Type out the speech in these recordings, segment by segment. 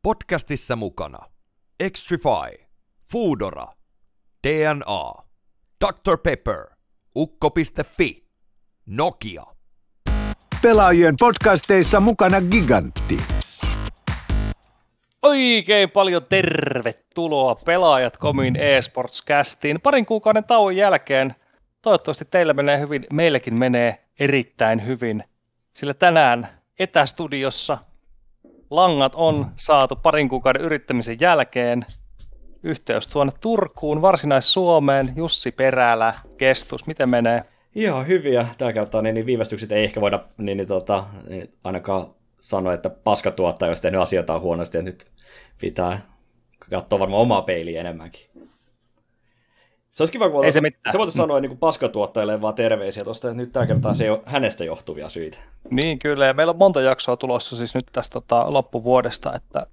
Podcastissa mukana Xtrify, Foodora, DNA, Dr. Pepper, Ukko.fi, Nokia. Pelaajien podcasteissa mukana Gigantti. Oikein paljon tervetuloa Pelaajat.comin eSports-castiin. Parin kuukauden tauon jälkeen toivottavasti teillä menee hyvin, meilläkin menee erittäin hyvin, sillä tänään etästudiossa langat on saatu parin kuukauden yrittämisen jälkeen. Yhteys tuonne Turkuun, Varsinais-Suomeen, Jussi Perälä, Kestus, miten menee? Ihan hyviä. Tällä kertaa niin viivästykset ei ehkä voida ainakaan sanoa, että paskatuottaja olisi tehnyt asioitaan huonosti, että nyt pitää katsoa varmaan omaa peiliä enemmänkin. Se olisi kiva, kun se voitaisiin sanoa niin paskatuottajalle vaan terveisiä tuosta, että nyt tällä kertaa se ei ole hänestä johtuvia syitä. Niin kyllä, ja meillä on monta jaksoa tulossa siis nyt tästä loppuvuodesta, että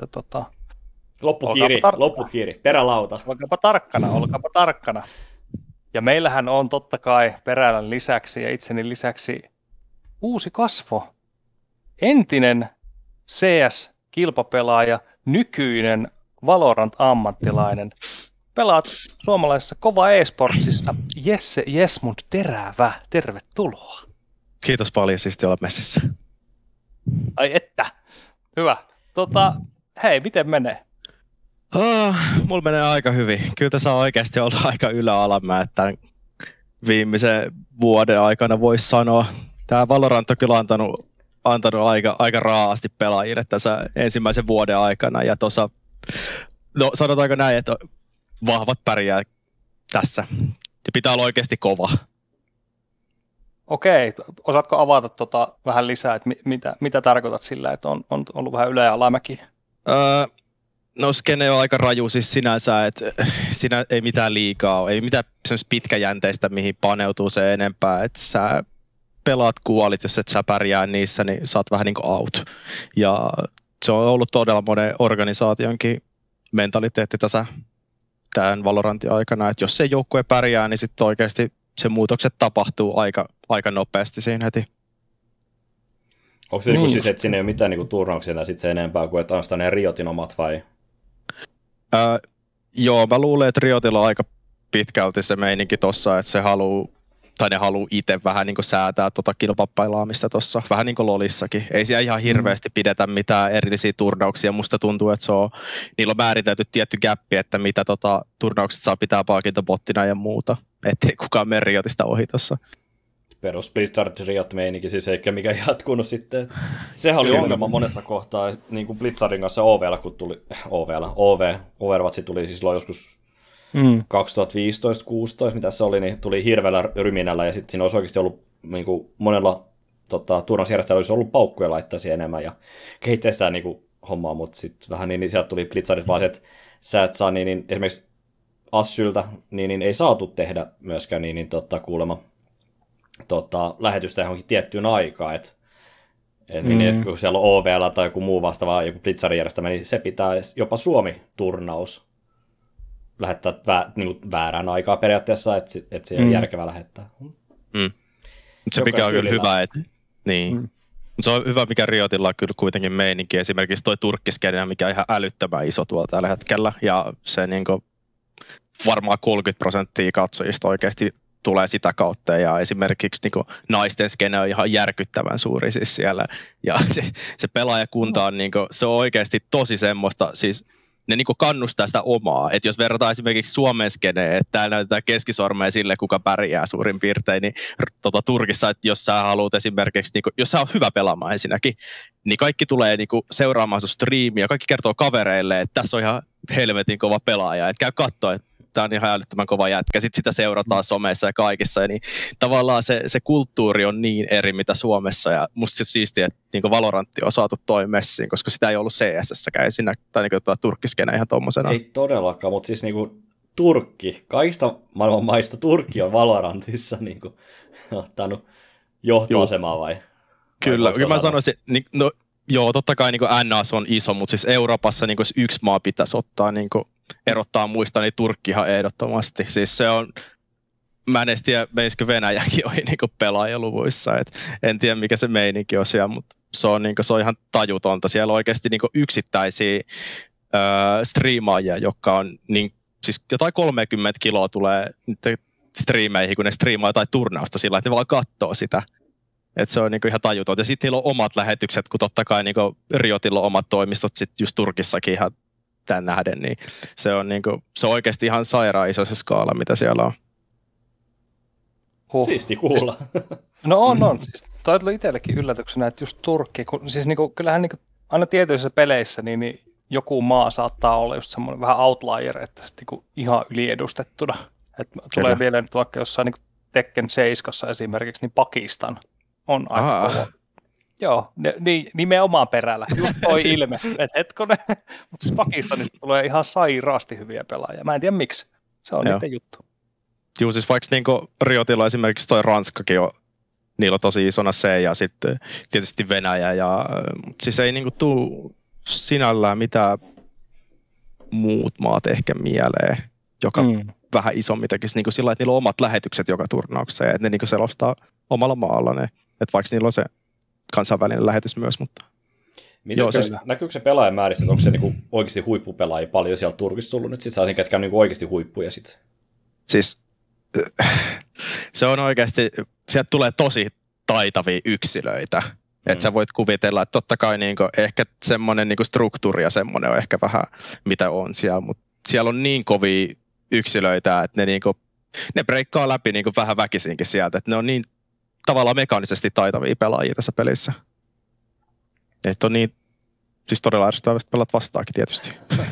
Loppukiiri, perälauta. Olkaapa tarkkana. Ja meillähän on totta kai Perälän lisäksi ja itseni lisäksi uusi kasvo. Entinen CS-kilpapelaaja, nykyinen Valorant-ammattilainen. Pelaat suomalaisessa kova eSportsissa Jesse Jesmund Terävä. Tervetuloa. Kiitos paljon, siisti olla messissä. Ai että, hyvä. Hei, miten menee? Mulla menee aika hyvin. Kyllä tässä on oikeasti ollut aika ylä-alamäen, että viimeisen vuoden aikana voisi sanoa. Tämä Valorant on kyllä antanut aika raaasti pelaajille tässä ensimmäisen vuoden aikana. Ja tuossa, no sanotaanko näin, että vahvat pärjää tässä. Ja pitää olla oikeasti kova. Okei, osaatko avata vähän lisää, että mitä tarkoitat sillä, että on ollut vähän ylä- ja alamäki? No skene on aika raju siis sinänsä, että siinä ei mitään liikaa ole, ei mitään semmoista pitkäjänteistä, mihin paneutuu se enempää, että sä pelaat kuolit, jos et sä pärjää niissä, niin sä oot vähän niin kuin out. Ja se on ollut todella monen organisaationkin mentaliteetti tässä tämän Valorantin aikana, että jos se joukkue pärjää, niin sitten oikeasti se muutokset tapahtuu aika nopeasti siinä heti. Onko se niin, siis, että siinä ei ole mitään niin turnauksia sitten se enempää kuin, että ainoastaan ne Riotin omat vai? Joo, mä luulen, että Riotilla on aika pitkälti se meininki tossa, että ne haluaa itse vähän niin kuin säätää kilpapailaamista tossa, vähän niin kuin LoLissakin. Ei siellä ihan hirveästi pidetä mitään erillisiä turnauksia. Musta tuntuu, että niillä on määritelty tietty gappi, että mitä turnaukset saa pitää palkintobottina ja muuta. Ettei kukaan mene Riotista ohi tossa. Perus Blizzard Riot-meininki, siis eikä mikä jatkunut sitten. Sehän oli ongelma monessa kohtaa, niin kuin Blizzardin kanssa OV:llä, kun tuli Overwatch tuli siis joskus 2015-16, mitä se oli, niin tuli hirveällä ryminällä, ja sitten siinä olisi oikeasti ollut niin kuin monella turnausjärjestelmällä olisi ollut paukkuja laittaisi enemmän, ja kehittää sitä niin kuin hommaa, mutta sitten vähän niin sieltä tuli Blizzardit vaan se, että sä et saa niin esimerkiksi Assyltä niin ei saatu tehdä myöskään kuulemma lähetystä johonkin tiettyyn aikaan, että kun siellä on OVL tai joku muu vastaava, joku Blizzardin järjestelmä, niin se pitää jopa Suomi-turnaus lähettää väärään aikaa periaatteessa, että se on järkevää lähettää. Se mikä on kyllä hyvä, että niin. Se on hyvä, mikä Riotilla on kyllä kuitenkin meininki. Esimerkiksi toi turkkiskenä, mikä on ihan älyttömän iso tuolla tällä hetkellä, ja se niinku varmaan 30% katsojista oikeasti tulee sitä kautta, ja esimerkiksi niin naisten skene on ihan järkyttävän suuri siis siellä, ja se pelaajakunta on, niin kuin, se on oikeasti tosi semmoista, siis ne niin kuin kannustaa sitä omaa, että jos verrataan esimerkiksi Suomen skeneen, että täällä näytetään keskisormea sille, kuka pärjää suurin piirtein, niin Turkissa, että jos sä haluat esimerkiksi, niin kuin, jos sä oot hyvä pelaamaan ensinnäkin, niin kaikki tulee niin kuin seuraamaan sun striimiä, kaikki kertoo kavereille, että tässä on ihan helvetin kova pelaaja, että käy katsoa, että tämä on ihan älyttömän kova jätkä. Sitten sitä seurataan somessa ja kaikissa. Ja niin, tavallaan se kulttuuri on niin eri, mitä Suomessa. Ja musta se siistiä, että niin Valorantti on saatu toi messiin, koska sitä ei ollut CS:ssäkään ensinnä. Tai niin turkkiskene ihan tommosena. Ei todellakaan, mutta siis niin Turkki, kaikista maailman maista Turkki on Valorantissa niin ottanut johtoasemaa vai? Kyllä, kyllä mä sanoisin, no, joo, totta kai niin NAS on iso, mutta siis Euroopassa niin yksi maa pitäisi ottaa niin erottaa muista, niin Turkkihan ehdottomasti. Siis se on, mä en edes tiedä, menisikö Venäjäkin ohi niin pelaajaluvuissa, et en tiedä mikä se meininki on siellä, mutta se on ihan tajutonta. Siellä on oikeasti niin yksittäisiä striimaajia, jotka on niin, siis jotain 30 kiloa tulee striimeihin, kun ne striimaa jotain turnausta sillä, että ne vaan katsoo sitä. Että se on niin ihan tajutonta. Ja sitten niillä on omat lähetykset, kun totta kai niin Riotilla on omat toimistot, sitten just Turkissakin ihan tämän nähden, niin se on, se on oikeasti ihan sairaan iso se skaala, mitä siellä on. Siisti kuulla. No on. Siis toi tuli itsellekin yllätyksenä, että just Turkki, siis kyllähän aina tietyissä peleissä niin joku maa saattaa olla just semmoinen vähän outlier, että sitten ihan yliedustettuna. Että tulee vielä nyt vaikka jossain Tekken 7 esimerkiksi, niin Pakistan on aika kova. Joo, nimenomaan perällä. Just toi ilme, että hetkonen. Mutta siis Pakistanista tulee ihan sairaasti hyviä pelaajia. Mä en tiedä miksi. Se on niiden juttu. Joo, siis vaikka Riotilla esimerkiksi toi Ranskakin on, niillä on tosi isona se ja sitten tietysti Venäjä. Mutta siis ei tuu sinällään mitään muut maat ehkä mieleen, joka vähän isommin tekisi sillä, että niillä on omat lähetykset joka turnaukseen, että ne selostaa omalla maalla ne, että vaikka niillä on se kansainvälinen lähetys myös, mutta... Näkyykö se pelaajamääristä, että onko se oikeasti huippupelaajia paljon sieltä Turkista tullut nyt, sitten ketkä on oikeasti huippuja sitten? Siis se on oikeasti, sieltä tulee tosi taitavia yksilöitä, että sä voit kuvitella, että totta kai ehkä semmoinen struktuuri ja semmoinen on ehkä vähän mitä on siellä, mutta siellä on niin kovia yksilöitä, että ne breikkaa läpi vähän väkisinkin sieltä, että ne on niin tavallaan mekaanisesti taitavia pelaajia tässä pelissä. Että on niin, siis todella ärsyttävästi pelat vastaakin tietysti.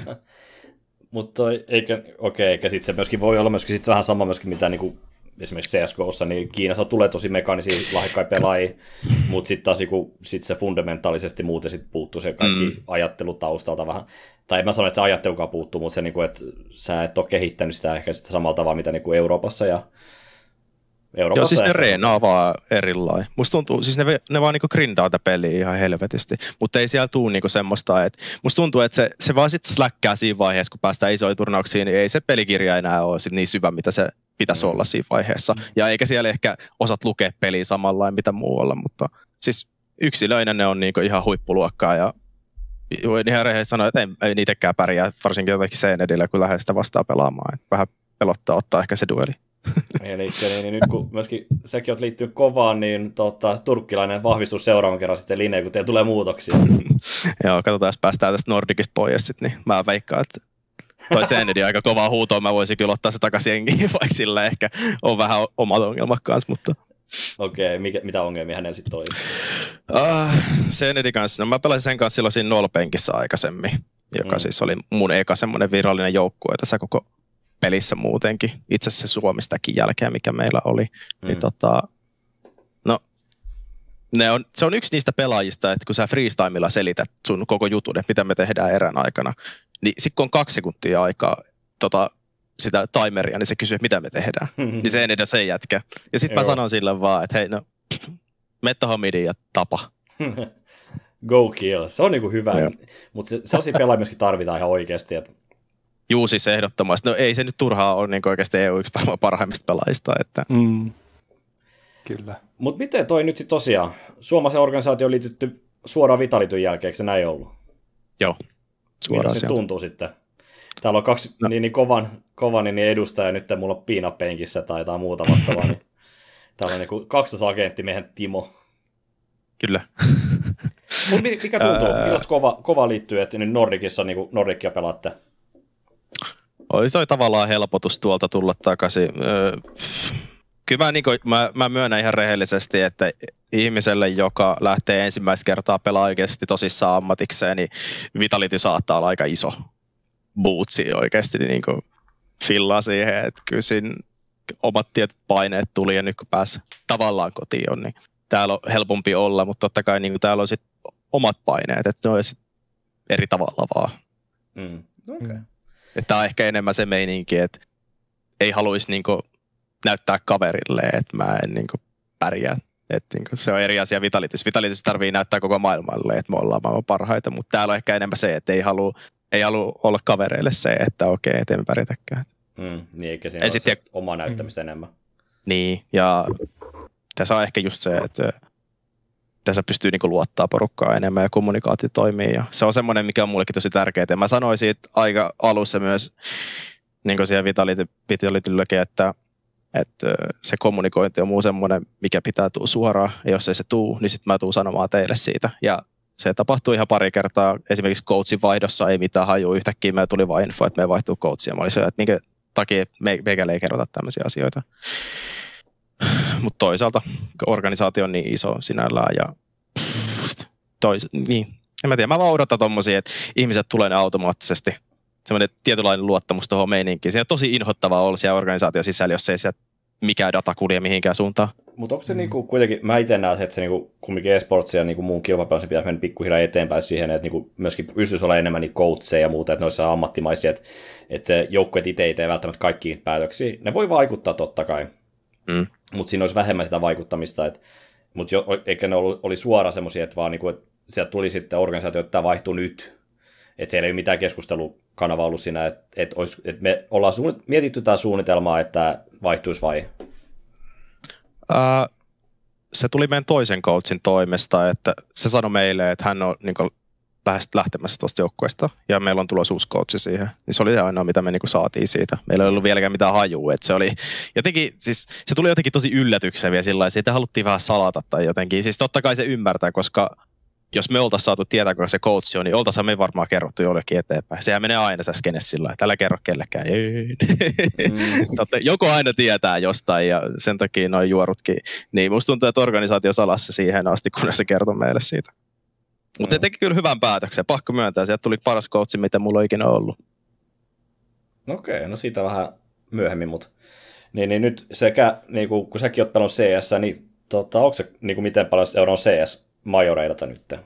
Mutta eikä sitten se myöskin voi olla myöskin sit vähän sama myöskin mitä esimerkiksi CSGOssa, niin Kiinassa tulee tosi mekaanisia lahjakkaita pelaajia, mutta sitten taas sit se fundamentaalisesti muuten sit puuttuu se kaikki ajattelu taustalta vähän. Tai en mä sano, että se ajattelukaan puuttuu, mutta se, että sä et ole kehittänyt sitä ehkä sitä samalla tavalla, mitä Euroopassa ja Joo, siis ne reenaa vaan erilainen. Musta tuntuu, siis ne vaan grindaa tätä peliä ihan helvetisti, mutta ei siellä tule semmoista, että musta tuntuu, että se vaan sitten släkkää siinä vaiheessa, kun päästään isoihin turnauksiin, niin ei se pelikirja enää ole sit niin syvä, mitä se pitäisi olla siinä vaiheessa. Ja eikä siellä ehkä osat lukea peliä samalla mitä muualla, mutta siis yksilöinä ne on ihan huippuluokkaa ja voin ihan rehellisesti sanoa, että ei niitäkään pärjää, varsinkin jotenkin Senedillä, kun lähden sitä vastaan pelaamaan. Että vähän pelottaa ottaa ehkä se dueli. Eli niin nyt kun myöskin sekin olet liittynyt kovaan, niin turkkilainen vahvistus seuraavan kerran sitten lineen, kun teillä tulee muutoksia. Joo, katsotaan, jos päästään tästä Nordicista pois sitten, niin mä veikkaan, että toi Senedi aika kovaa huutoa, mä voisin kyllä ottaa se takaisin jengiin, vaikka sillä ehkä on vähän omat ongelmat kanssa, mutta... Okei, mitä ongelmia hänellä sitten olisi? Senedi kanssa, no mä pelasin sen kanssa silloin siinä Nolpenkissä aikaisemmin, joka siis oli mun eka semmoinen virallinen joukkue tässä koko pelissä muutenkin, itse asiassa Suomistakin jälkeen, mikä meillä oli, niin se on yksi niistä pelaajista, että kun sä freestymella selität sun koko jutun, että mitä me tehdään erän aikana, niin sitten kun on 2 sekuntia aikaa sitä timeria, niin se kysyy, että mitä me tehdään. Niin se ei edes sen jätkä. Ja sitten mä sanon sille vaan, että hei, mettä homidin ja tapa. Go kill. Se on hyvä, mutta sellaisia pelaajia myöskin tarvitaan ihan oikeasti, että juu, siis ehdottomasti. No ei se nyt turhaa ole oikeasti EU yksi parhaimmista pelaajista. Että... Kyllä. Mutta miten toi nyt sitten tosiaan? Suomalaisen organisaatio on liitytty suoraan Vitalityn jälkeen, eikö se näin ollut? Joo, suoraan. Mitä se tuntuu sitten? Täällä on 2 kovan edustaja, nyt mulla on piinapenkissä tai jotain muuta vastaavaa. Niin täällä on kaksosagentti meidän Timo. Kyllä. Mutta mikä tuntuu? Millaista kova liittyy, että nyt Nordicissa Nordicia pelaatte? Oli toi tavallaan helpotus tuolta tulla takaisin. Kyllä mä myönnän ihan rehellisesti, että ihmiselle, joka lähtee ensimmäistä kertaa pelaa oikeasti tosissaan ammatikseen, niin Vitality saattaa olla aika iso bootsi oikeasti fillaa siihen, että kyllä siinä omat tietyt paineet tuli ja nyt kun pääsi tavallaan kotiin, niin täällä on helpompi olla, mutta totta kai täällä on sitten omat paineet, että ne on sit eri tavalla vaan. Okay. Tämä on ehkä enemmän se meininki, että ei haluaisi näyttää kaverille, että mä en pärjää. Että se on eri asia Vitalitys. Vitalitys tarvii näyttää koko maailmalle, että me ollaan maailman parhaita, mutta täällä on ehkä enemmän se, että ei halua olla kavereille se, että okei, et emme pärjätäkään. Niin, eikä siinä ole omaa näyttämistä enemmän. Niin, ja tässä on ehkä just se, että tässä pystyy niin kuin luottaa porukkaa enemmän ja kommunikaatio toimii. Ja se on semmoinen, mikä on mullekin tosi tärkeää. Ja mä sanoin siitä aika alussa myös niin kuin siellä Vitalitylläkin, että se kommunikointi on muu semmoinen, mikä pitää tuua suoraan. Ja jos ei se tuu, niin sitten mä tuun sanomaan teille siitä. Ja se tapahtui ihan pari kertaa. Esimerkiksi coachin vaihdossa ei mitään hajua. Yhtäkkiä meillä tuli vain info, että me vaihtuu coachia. Mä olin se, että minkä takia meikälle ei kerrota tämmöisiä asioita. Mutta toisaalta organisaatio on niin iso sinällään ja niin. En mä tiedä, mä vaan odotan tommosia, että ihmiset tulee ne automaattisesti. Semmoinen tietynlainen luottamus tuohon meininkiin. Se on tosi inhottavaa olla siellä organisaation sisällä, jos ei sieltä mikään data kulje mihinkään suuntaan. Mutta onko se niinku kuitenkin, mä itse näen se, että se niinku, kumminkin eSports ja niinku muun kilpapelon pitäisi mennä pikkuhiljaa eteenpäin siihen, että niinku myöskin pystyisi olla enemmän niitä coacheja ja muuta, että ne olisi ammattimaisia, että joukkueet itse ei tee välttämättä kaikkiin päätöksiä. Ne voi vaikuttaa totta kai, mutta siinä olisi vähemmän sitä vaikuttamista, mutta eikä ne oli suora semmoisia, että vaan niinku, että sieltä tuli sitten organisaatio, että tämä vaihtuu nyt. Että siellä ei ole mitään keskustelukanavaa ollut siinä, että me ollaan mietitty tämä suunnitelmaa, että vaihtuisi vai? Se tuli meidän toisen coachin toimesta, että se sanoi meille, että hän on niin lähtemässä tuosta joukkueesta ja meillä on tulossa uusi coachi siihen. Niin se oli ainoa, mitä me niin saatiin siitä. Meillä ei ollut vieläkään mitään hajua. Että se oli jotenkin, siis se tuli jotenkin tosi yllätyksen vielä sillä lailla, siitä haluttiin vähän salata tai jotenkin. Siis totta kai se ymmärtää, koska jos me oltaisiin saatu tietää, kuka se coach on, niin oltaisiin me varmaan kerrottu jollekin eteenpäin. Sehän menee aina tässä skenessä sillä lailla, että älä kerro kellekään. Joku aina tietää jostain ja sen takia nuo juorutkin. Niin musta tuntuu, että organisaatio salassa siihen asti, kun se kertoi meille siitä. Mutta teki kyllä hyvän päätöksen, pakko myöntää. Sieltä tuli paras coachi, mitä mulla on ikinä ollut. Okei, no siitä vähän myöhemmin, mutta niin nyt sekä, niin kun säkin oot pelannut CS, niin onko se niin miten paljon on CS-majoreidata nyt?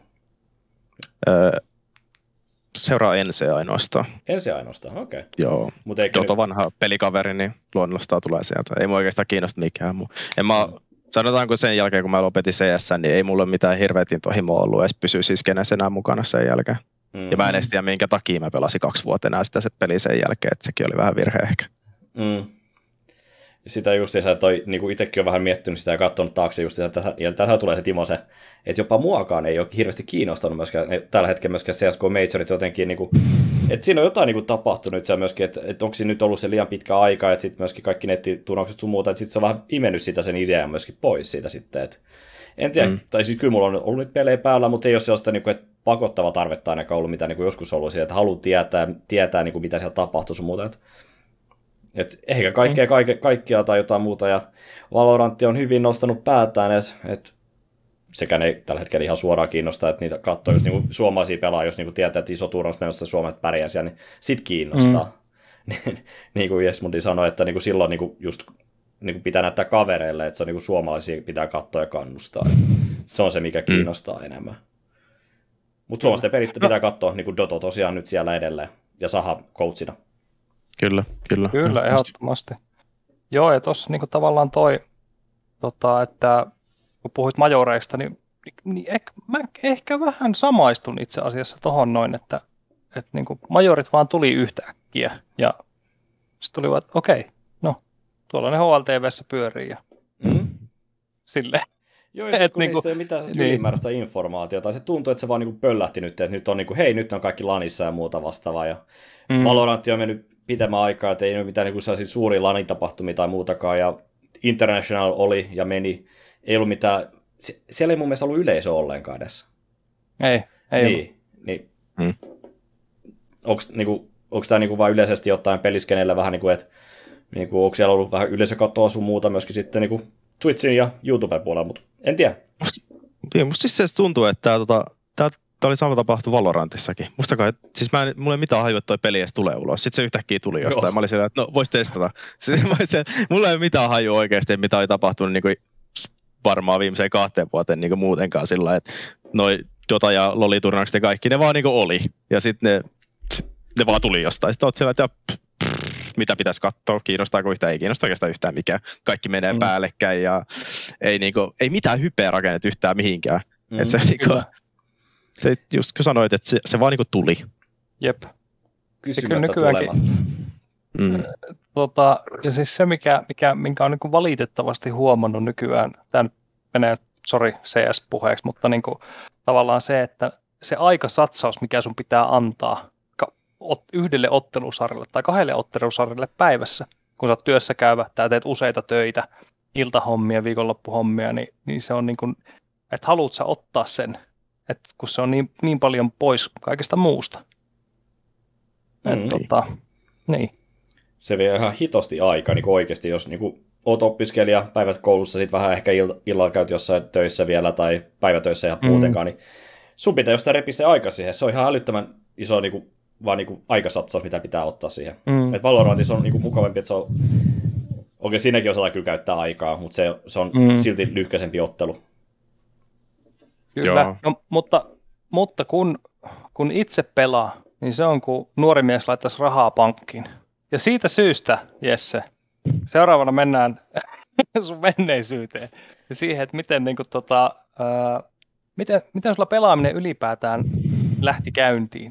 Seuraa NC ainoastaan. NC ainoastaan, okei. Joo, Dota vanha pelikaveri, niin luonnostaan tulee sieltä. Ei mua oikeastaan kiinnosta mikään muu. Sanotaanko sen jälkeen, kun mä lopetin CS, niin ei mulla ole mitään hirveät intohimoa ollut edes pysyä siis kenessä enää mukana sen jälkeen. Ja mä en edes tiedä, minkä takia mä pelasin 2 vuotta enää sitä se peli sen jälkeen, että sekin oli vähän virhe ehkä. Sitä justiinsa, että niin itsekin on vähän miettinyt sitä ja katsonut taakse justiinsa, ja tässä tulee se Timo se, että jopa muakaan ei ole hirveästi kiinnostanut myöskään, tällä hetkellä myöskään CSGO Majorit jotenkin, niin kuin, että siinä on jotain niin kuin tapahtunut se myöskin, että onko siinä nyt ollut se liian pitkä aika, että sitten myöskin kaikki nettiturnaukset sun muuta, että sitten se on vähän imennyt sitä sen idean myöskin pois siitä sitten, että en tiedä, tai siis kyllä mulla on ollut nyt pelejä päällä, mutta ei ole sellaista niin kuin, että pakottava tarvetta ainakaan ollut, mitä niin kuin joskus ollut siitä, että haluaa tietää niin kuin, mitä siellä tapahtuu sun muuta, että ehkä kaikkea tai jotain muuta, ja Valorantti on hyvin nostanut päätään, että sekä ne tällä hetkellä ihan suoraan kiinnostaa, että niitä katsoo just niinku suomalaisia pelaajia, jos niinku tietää, että iso turnaus menossa Suomet pärjää siellä, niin sit kiinnostaa. Niin kuin Jesmundi sanoi, että niinku silloin niinku just niinku pitää näyttää kavereille, että se on niinku suomalaisia pitää katsoa ja kannustaa. Se on se, mikä kiinnostaa enemmän. Mutta suomalaisten pelit pitää katsoa, niin kuin Doto tosiaan nyt siellä edelleen, ja Saha coachina. Kyllä. Kyllä, ehdottomasti. Joo, ja tuossa niinku tavallaan toi, että kun puhuit majoreista, niin mä ehkä vähän samaistun itse asiassa tohon noin, että niinku majorit vaan tuli yhtäkkiä, ja sitten tulivat, että okei, no, tuolla ne HLTV:ssä pyörii, ja silleen. Joo, ja kun niistä ei ole mitään ylimääräistä informaatiota, se tuntuu, että se vaan niinku pöllähti nyt, että nyt on, niinku, hei, nyt on kaikki lanissa ja muuta vastaavaa, ja Valorantti on mennyt pitemmän aikaa, että ei ole mitään niinku suuria lanitapahtumia tai muutakaan, ja International oli ja meni, ei ollut mitään, siellä ei mun mielestä ollut yleisö ollenkaan edessä. Ei niin. Onko tämä niinku vain yleisesti jotain peliskeneillä vähän niin kuin, että niinku, onko siellä ollut vähän yleisökatoa sun muuta myöskin sitten niinku Twitchin ja YouTuben puolella, mutta en tiedä. Musta siis tuntuu, että tämä oli sama tapahtu Valorantissakin. Siis mulla ei mitään hajua, että toi peli edes tulee ulos. Sitten se yhtäkkiä tuli jostain. Mä olin siellä, että no vois testata. Mulla ei ole mitään hajua oikeasti, mitä oli tapahtunut niin kuin varmaan viimeiseen 2 vuoteen niin kuin muutenkaan sillä, että noi Dota ja Loli-turnaukset ja kaikki, ne vaan niin kuin oli. Ja sitten ne vaan tuli jostain. Sitten oot siellä, että mitä pitäisi katsoa, kiinnostaako yhtään, ei kiinnosta oikeastaan yhtään mikään. Kaikki menee päällekkäin ja ei mitään hypeä rakennettu yhtään mihinkään. Että se, se just kun sanoit, että se vaan niinku tuli. Jep. Kysymättä tulematta. Ja siis se, minkä on niinku valitettavasti huomannut nykyään, tämä menee sori CS-puheeksi, mutta niin kuin, tavallaan se, että se aikasatsaus, mikä sun pitää antaa yhdelle ottelusarjalle tai 2 ottelusarjalle päivässä, kun sä oot työssä käyvä tai teet useita töitä, iltahommia, viikonloppuhommia, niin se on niin kuin, että haluat sä ottaa sen, että kun se on niin paljon pois kaikesta muusta. Niin. Se vie ihan hitosti aikaa niin oikeasti, jos niin oot opiskelija, päivät koulussa, sitten vähän ehkä illalla käyt jossain töissä vielä tai päivätöissä ihan muutenkaan, niin sun pitää jostain repiä se aika siihen. Se on ihan älyttömän iso vaan aikasatsaus, mitä pitää ottaa siihen. Et Valorantissa on mukavampi, että se on oikein siinäkin osataan kyllä käyttää aikaa, mutta se on silti lyhkäisempi ottelu. Kyllä, no, mutta kun itse pelaa, niin se on kuin nuori mies laittaisi rahaa pankkiin. Ja siitä syystä, Jesse, seuraavana mennään sun menneisyyteen ja siihen, että miten sulla pelaaminen ylipäätään lähti käyntiin.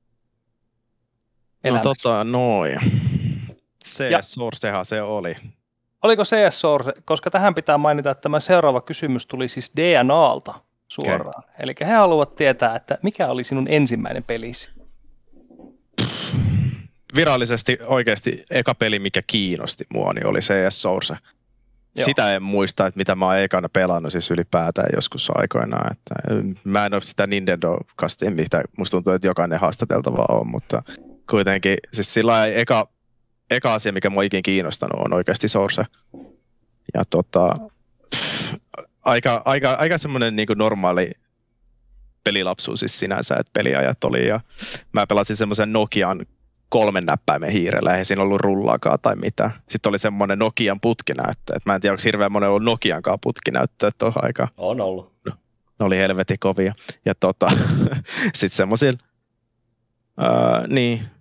No noin. CS-Sourcehan se oli. Oliko CS-Source, koska tähän pitää mainita, että tämä seuraava kysymys tuli siis DNAlta suoraan. Okay. Eli he haluavat tietää, että mikä oli sinun ensimmäinen pelisi? Virallisesti oikeasti eka peli, mikä kiinnosti mua, niin oli CS-Source. Sitä en muista, että mitä mä oon ekana pelannut siis ylipäätään joskus aikoinaan. Että mä en ole sitä Nintendo-kastia, mitä musta tuntuu, että jokainen haastateltava on, mutta kuitenkin siis sillä eka asia, mikä mua ikin kiinnostanut, on oikeasti Source. Ja aika semmoinen niin kuin normaali pelilapsuus siis sinänsä, että peliajat oli. Ja mä pelasin semmoisen Nokian 3 näppäimen hiirellä, eihän siinä ollut rullaakaan tai mitä. Sitten oli semmoinen Nokian putkinäyttö, että mä en tiedä, onko hirveän monen ollut Nokiankaan putkinäyttöä tuohon aikaan. On ollut. Ne oli helvetin kovia. Ja sitten semmoisilla, niin.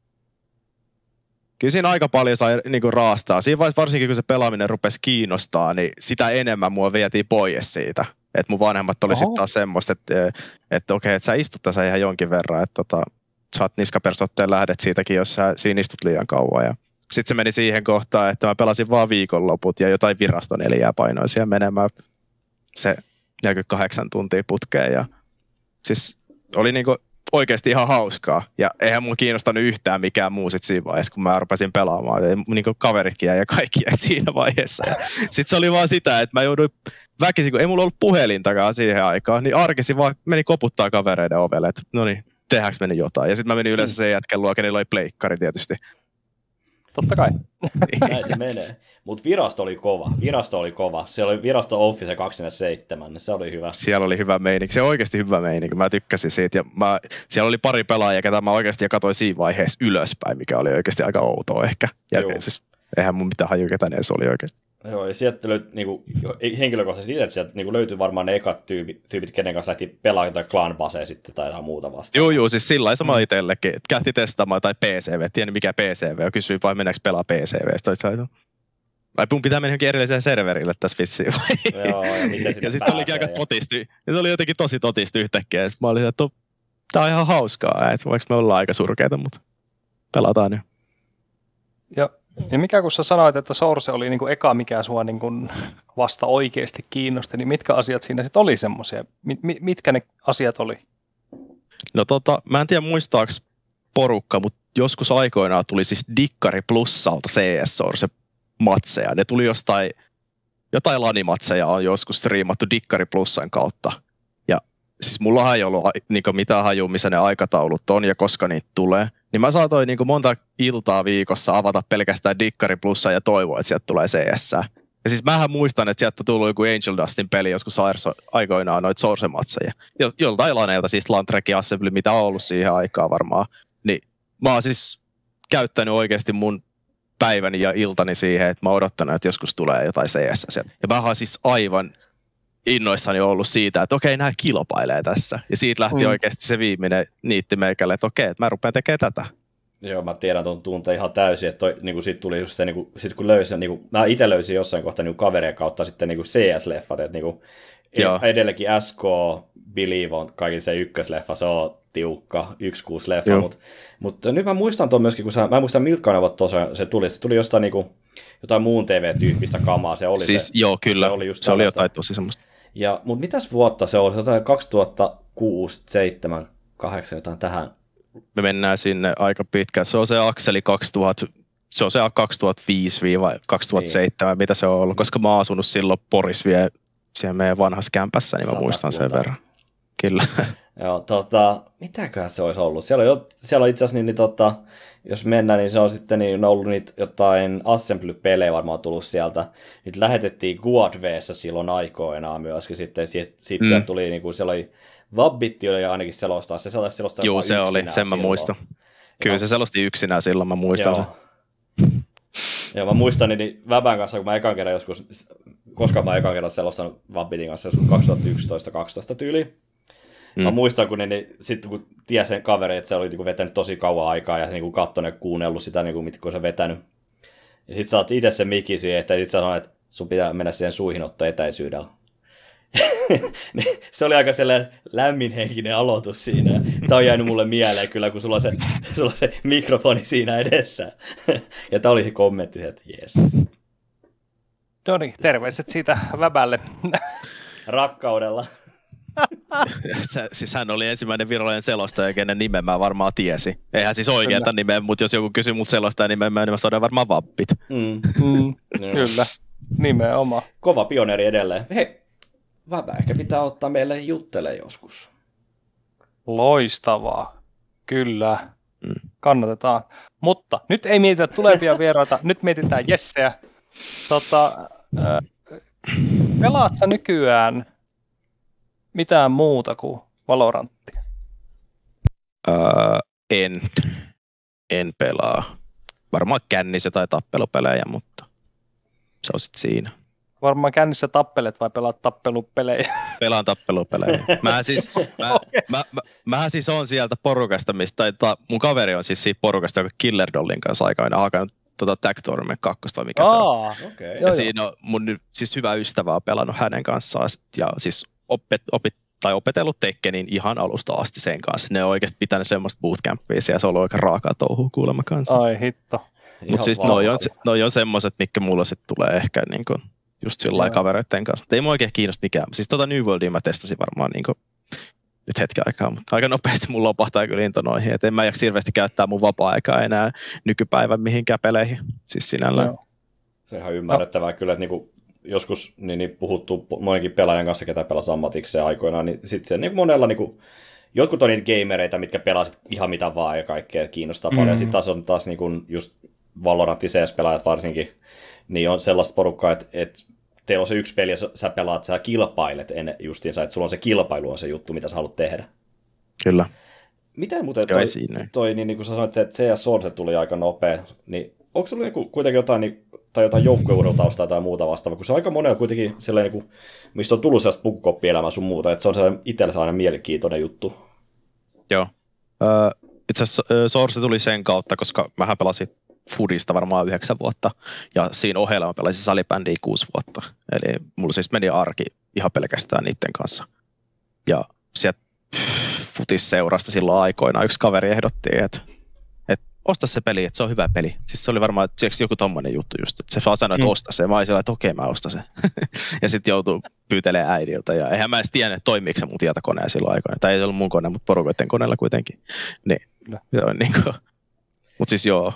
Kyllä siinä aika paljon sai niinku raastaa. Siinä vaiheessa varsinkin, kun se pelaaminen rupesi kiinnostaa, niin sitä enemmän mua vietiin pois siitä. Että mun vanhemmat oli sitten taas semmoista, että okei, että sä istut tässä ihan jonkin verran, että sä oot niskapersotteen lähdet siitäkin, jos sä siinä istut liian kauan. Ja sitten se meni siihen kohtaan, että mä pelasin vaan viikonloput ja jotain viraston eliä painoin siellä menemään se 48 tuntia putkeen. Ja siis oli niinku oikeasti ihan hauskaa. Ja eihän mun kiinnostanut yhtään mikään muu sit siinä vaiheessa, kun mä rupesin pelaamaan. Niinku kaveritkin ja kaikki jäi siinä vaiheessa. Sitten se oli vaan sitä, että mä jouduin väkisin, kun ei mulla ollut puhelintakaan siihen aikaan, niin arkisin vaan meni koputtaa kavereiden ovelle, että no niin, tehdäänkö meni jotain. Ja sitten mä menin yleensä sen jätken luo, kenellä oli pleikkari tietysti. Totta kai. Näin se menee. Mutta virasto oli kova. Se oli Virasto Office 27, se oli hyvä. Siellä oli hyvä meininki. Se on oikeasti hyvä meininki. Mä tykkäsin siitä. Ja siellä oli pari pelaajia, ketä mä oikeasti katsoin siinä vaiheessa ylöspäin, mikä oli oikeasti aika outoa ehkä. Ja siis, eihän mun mitään haju, ketä ne oli oikeasti. Joo, ja sieltä henkilökohtaisesti itse sieltä löytyi varmaan ne ekat tyypit, kenen kanssa lähti pelaamaan tai Clan Basea sitten tai jotain muuta vastaan. Joo, siis sillä lailla sama itsellekin, että kähti testaamaan tai PCV, tiedä mikä PCV, ja kysyi vai meneekö pelaa PCV, vai mun pitää mennä johonkin erilliseen serverille tässä vissiin vai? Joo, ja sitten se olikin aika totisti, ja se oli jotenkin tosi totisti yhtäkkiä, ja sitten mä olin, että tää on ihan hauskaa, että vaikka me ollaan aika surkeita, mutta pelataan nyt. Ja mikä kun sä sanoit, että Source oli niinku eka, mikä sua niinku vasta oikeasti kiinnosti, niin mitkä asiat siinä sitten oli semmoisia? Mitkä ne asiat oli? No mä en tiedä muistaako porukka, mutta joskus aikoinaan tuli siis Dikkari Plussalta CS Source-matseja. Ne tuli jotain lanimatseja on joskus striimattu Dikkari Plussan kautta. Ja siis mullahan ei ollut niinku mitään hajua, missä ne aikataulut on ja koska niitä tulee. Niin mä saatoin niinku monta iltaa viikossa avata pelkästään Dikkari Plussaa ja toivoa, että sieltä tulee CS. Ja siis mähän muistan, että sieltä tuli joku Angel Dustin peli joskus aikoinaan noita Source-matseja. Joltain laneilta siis Landrek ja Assembly, mitä on ollut siihen aikaan varmaan. Niin mä oon siis käyttänyt oikeasti mun päiväni ja iltani siihen, että mä oon odottanut, että joskus tulee jotain CS sieltä. Ja mä oon siis aivan innoissani ollut siitä, että okei, nämä kilpailee tässä. Ja siitä lähti oikeasti se viimeinen niitti meikälle, että okei, että mä rupean tekemään tätä. Joo, mä tiedän tuon tunteen ihan täysin, että niinku sit tuli just se, niinku, sit kun löysin, niinku, mä itse löysin jossain kohtaa niinku kaverien kautta sitten niinku CS-leffat, että niinku, edelläkin SK, Believe on kaikki se ykkösleffa, se on tiukka, 1-6-leffa, mutta nyt mä muistan tuon myöskin, kun mä en muista miltä kanavat tosiaan se tuli jostain niinku, jotain muun TV-tyyppistä kamaa, se oli siis, se. Joo, kyllä, se oli jotain tosi semmoista. Mutta mitäs vuotta se oli? Se on jotain 2006, 7, 8, jotain tähän. Me mennään sinne aika pitkään. Se on se akseli 2000, se on se 2005-2007, niin. Mitä se on ollut, koska mä oon asunut silloin Porissa vielä siellä meidän vanhassa kämpässä, niin mä muistan sen verran. Kyllä. Joo, mitäköhän se olisi ollut? Siellä on itse asiassa, jos mennään, niin se on sitten niin, ollut niitä jotain Assembly-pelejä varmaan tullut sieltä. Niitä lähetettiin Guadvessa silloin aikoinaan myöskin. Sitten sieltä tuli, niin kuin, siellä oli Vabbitti oli ainakin selostaa. Se selostaa joo, se oli, sen silloin. Mä muistan. Kyllä se selosti yksinään silloin, mä muistan sen. Joo, mä muistan niin Väbän kanssa, kun mä ekan kerran joskus, koska mä ekan kerran selostanut Vabbitin kanssa joskus 2011-2012 tyyliin. Mä muistan, kun sitten kun tiesi sen kaveri, että se oli niinku vetänyt tosi kauan aikaa ja niinku katsonut ja kuunnellut sitä, niinku, kun se vetänyt. Ja sitten sä oot itse sen mikin siihen, että sit sanoit, että sun pitää mennä siihen suihinotto etäisyydellä. Se oli aika sellainen lämminhenkinen aloitus siinä. Tää on jäänyt mulle mieleen kyllä, kun sulla on se mikrofoni siinä edessä. Ja tää oli se kommentti, että jes. No niin, terveiset siitä Väbälle. Rakkaudella. Siis hän oli ensimmäinen virallinen selostaja, kenen nimen mä varmaan tiesi. Eihän siis oikeata nimeä, mutta jos joku kysyy mut selostajan nimen, niin mä saadaan varmaan Vappit. Kyllä, nimenomaan. Kova pioneeri edelleen. Hei, Väbä ehkä pitää ottaa meille juttele joskus. Loistavaa. Kyllä, kannatetaan. Mutta nyt ei mietitä tulevia vieraita, nyt mietitään Jesseä. Pelaat sä nykyään mitään muuta kuin Valoranttia? En pelaa. Varmaan kännissä tai tappelupelejä, mutta se on sitten siinä. Varmaan kännissä tappelet vai pelaat tappelupelejä? Pelaan tappelupelejä. Mähän siis on sieltä porukasta, mun kaveri on siis siitä porukasta, joka Killer Dollin kanssa aikoinaan hakannut Tag Tournament 2, vai mikä se on. Okay. Ja siinä on mun siis hyvä ystävä on pelannut hänen kanssaan ja siis opetellut Tekkenin ihan alusta asti sen kanssa. Ne on oikeasti pitänyt semmoista bootcampia ja se on ollut aika raakaa touhua kuulemma kanssa. Ai hitto. Mutta siis noi on semmoiset, mitkä mulla sitten tulee ehkä niinku just sillä kavereiden kanssa. Mutta ei mua oikein kiinnosta mikään. Siis New Worldia mä testasin varmaan niinku nyt hetken aikaa, mutta aika nopeasti mun lopahtaa kyllä into noihin. Et en mä jaksa hirveästi käyttää mun vapaa-aikaa enää nykypäivän mihinkään peleihin. Siis sinällään. Se on ihan ymmärrettävää kyllä, että niinku joskus niin puhuttu monenkin pelaajan kanssa, ketä pelasi ammatikseen aikoinaan, niin sitten se niin monella, niin jotkut on niitä gamereita, mitkä pelasit ihan mitä vaan ja kaikkea kiinnostaa paljon. Sitten taas on taas niin kuin just Valorant CS-pelaajat varsinkin, niin on sellaista porukkaa, että teillä on se yksi peli ja sä pelaat, sä kilpailet justiinsa, että sulla on se kilpailu on se juttu, mitä sä haluat tehdä. Kyllä. Miten muuten toi niin kuin sä sanoit, että CS se tuli aika nopea, niin onko sulla niin kuitenkin jotain tai jotain joukkueurheilutaustaa tai muuta vastaavaa, kun se on aika monella kuitenkin sellainen, niin kuin, mistä on tullut sellaista pukukoppielämää sun muuta, että se on sellainen itsellä sellainen mielenkiintoinen juttu. Joo. Itse asiassa Source tuli sen kautta, koska mähän pelasin Foodista varmaan 9 vuotta, ja siinä ohella mä pelasin salibändiä 6 vuotta. Eli mulla siis meni arki ihan pelkästään niiden kanssa. Ja sieltä Futisseurasta silloin aikoina yksi kaveri ehdotti, että osta se peli, että se on hyvä peli. Siis se oli varmaan joku tommoinen juttu just, että se vaan sanoi, että osta se. Mä olin siellä, että okei, mä ostan sen. Ja sitten joutuu pyytelemään äidiltä. Ja eihän mä edes tiennyt, että toimiiko se mun tietokoneen silloin aikoina. Tai ei ollut mun kone, mutta porukoiden koneella kuitenkin. Niin, se on niinku. Mut siis joo,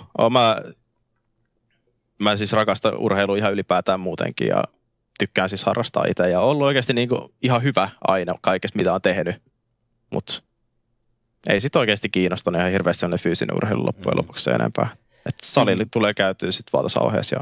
mä siis rakastan urheilua ihan ylipäätään muutenkin ja tykkään siis harrastaa itse. Ja on ollut oikeasti niinku ihan hyvä aina kaikessa, mitä on tehnyt. Mut ei sit oikeasti kiinnostunut ihan hirveästi sellainen fyysinen urheilu loppujen lopuksi enempää. Et salille tulee käytyä sit valtasauheessa ja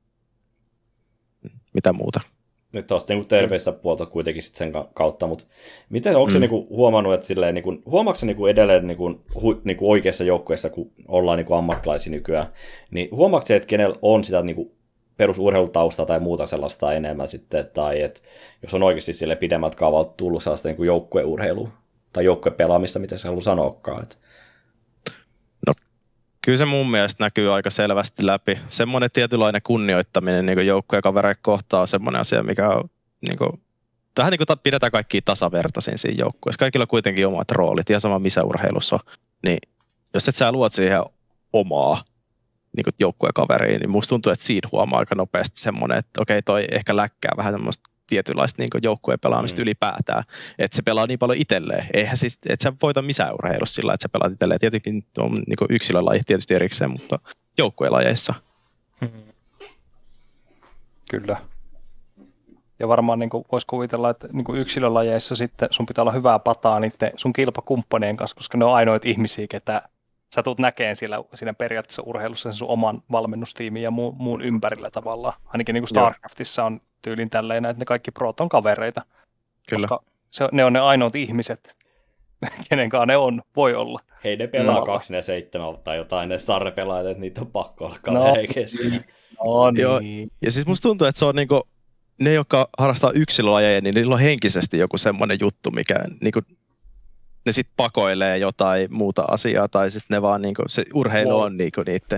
mitä muuta. Nyt tuosta niin terveistä puolta kuitenkin sit sen kautta, mutta miten, onko se niinku huomannut, että silleen, niinku, huomaatko se niinku edelleen niinku oikeassa joukkueessa, kun ollaan niinku ammattilaisia nykyään, niin huomaatko se, että kenellä on sitä niinku perusurheilutaustaa tai muuta sellaista enemmän sitten, tai että jos on oikeasti sille pidemmältä kaavalta tullut sellaista niinku joukkueurheilua tai joukkuepelaamista, mitä se haluaa sanoakaan? Että no, kyllä se mun mielestä näkyy aika selvästi läpi. Semmoinen tietynlainen kunnioittaminen niin joukkuekavereita kohtaan on semmoinen asia, mikä on niin kuin, tähän niin kuin pidetään kaikkia tasavertaisin siinä joukkueessa. Kaikilla on kuitenkin omat roolit, ihan sama missä urheilussa on. Niin, jos et sä luot siihen omaa niin kuin joukkuekaveriin, niin musta tuntuu, että siitä huomaa aika nopeasti semmoinen, että okei, toi ehkä läkkää vähän semmoista tietynlaista niin joukkueen pelaamista ylipäätään. Että se pelaa niin paljon itselleen. Eihän siis, että sä voita missään urheilussa sillä, että sä pelaat itselleen. Tietenkin on niin yksilölaji tietysti erikseen, mutta joukkuelajeissa. Kyllä. Ja varmaan niin voisi kuvitella, että niin yksilölajeissa sitten sun pitää olla hyvää pataa niiden sun kilpakumppanien kanssa, koska ne on ainoita ihmisiä, ketä sä tulet näkeen siinä periaatteessa urheilussa sen sun oman valmennustiimin ja muun ympärillä tavallaan. Ainakin niin kuin StarCraftissa on tyylin tälleen, että ne kaikki prot on kavereita. Kyllä. Koska ne on ne ainoat ihmiset, kenenkaan ne voi olla. Hei, ne pelaa 2-7 tai jotain, ne sarrepelaajat, että niitä on pakko olla kavereita keskenään. No niin. Ja siis musta tuntuu, että se on niinku, ne, jotka harrastaa yksilölajeja, niin niillä on henkisesti joku semmoinen juttu, mikä niinku, ne sit pakoilee jotain muuta asiaa, tai sitten ne vaan niinku, se urheilu on niinku niitten.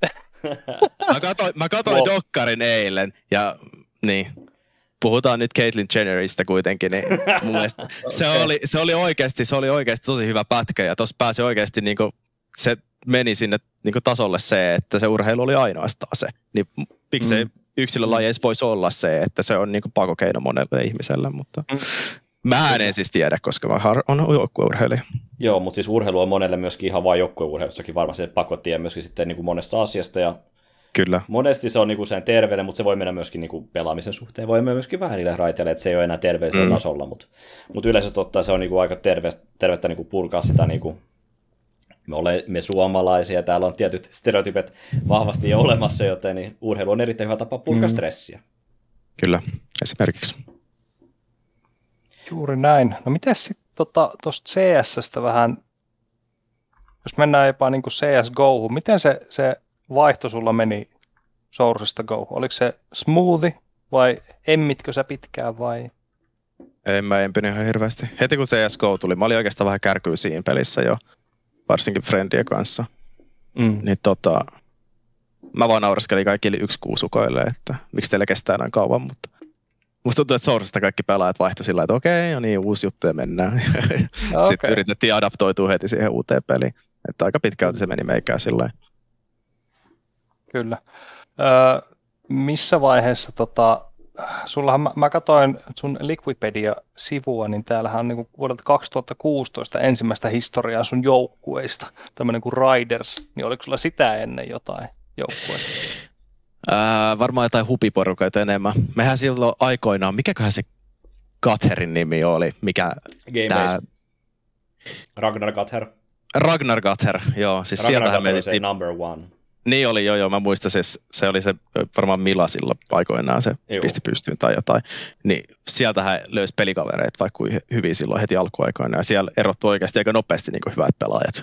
Mä katsoin dokkarin eilen, ja niin, puhutaan nyt Caitlyn Jenneristä kuitenkin, niin mun mielestä se oli oikeasti tosi hyvä pätkä, ja tossa pääsi oikeasti niinku, se meni sinne niinku tasolle se, että se urheilu oli ainoastaan se. Niin miksei yksilölajeissa voisi olla se, että se on niinku pakokeino monelle ihmiselle, mutta mä en siis tiedä, koska mä on joukkueurheilija. Joo, mutta siis urheilu on monelle myöskin ihan vain joukkueurheilussakin varmasti pakotie myöskin sitten niinku monesta asiasta, ja kyllä. Monesti se on niinku sen terveelle, mutta se voi mennä myöskin niinku pelaamisen suhteen, voi mennä myöskin vähän niille raiteille, että se ei ole enää terveellisellä tasolla, mutta yleisesti ottaen se on niinku aika tervettä niinku purkaa sitä, niinku, me olemme suomalaisia, täällä on tietyt stereotypet vahvasti jo olemassa, joten niin urheilu on erittäin hyvä tapa purkaa stressiä. Kyllä, esimerkiksi. Juuri näin. No miten sitten tuosta CS:stä vähän, jos mennään jopa niin kuin CS-GOhun, miten se vaihto sulla meni Sourcesta Go? Oliko se smoothi vai emmitkö sä pitkään vai? En mä empinyt ihan hirveästi. Heti kun CSGO tuli, mä olin oikeastaan vähän kärkyy siinä pelissä jo, varsinkin friendien kanssa. Niin mä vaan nauraskelin kaikille 1-6-ukoille, että miksi teillä kestää näin kauan, mutta musta tuntuu, että Sourcesta kaikki pelaajat vaihtoi sillä, että okei, no niin, uusi juttu ja mennään. Sitten yritettiin adaptoitua heti siihen uuteen peliin. Että aika pitkälti se meni meikään sillä lailla. Kyllä. Missä vaiheessa, sullahan mä katsoin sun Liquipedia-sivua, niin täällähän on niin vuodelta 2016 ensimmäistä historiaa sun joukkueista, tämmöinen kuin Riders, niin oliko sulla sitä ennen jotain joukkueita? Varmaan jotain hupiporukoita enemmän. Mehän silloin aikoinaan, mikäköhän se Gatherin nimi oli? Ragnar Gather. Ragnar Gather, joo. Siis Ragnar Gather oli se number one. Niin oli, joo, mä muistan, se oli se varmaan Mila silloin aikoinaan, se pisti pystyyn tai jotain. Niin sieltähän löysi pelikavereita vaikka hyvin silloin heti alkuaikoina, ja siellä erottui oikeasti aika nopeasti niin kuin hyvät pelaajat.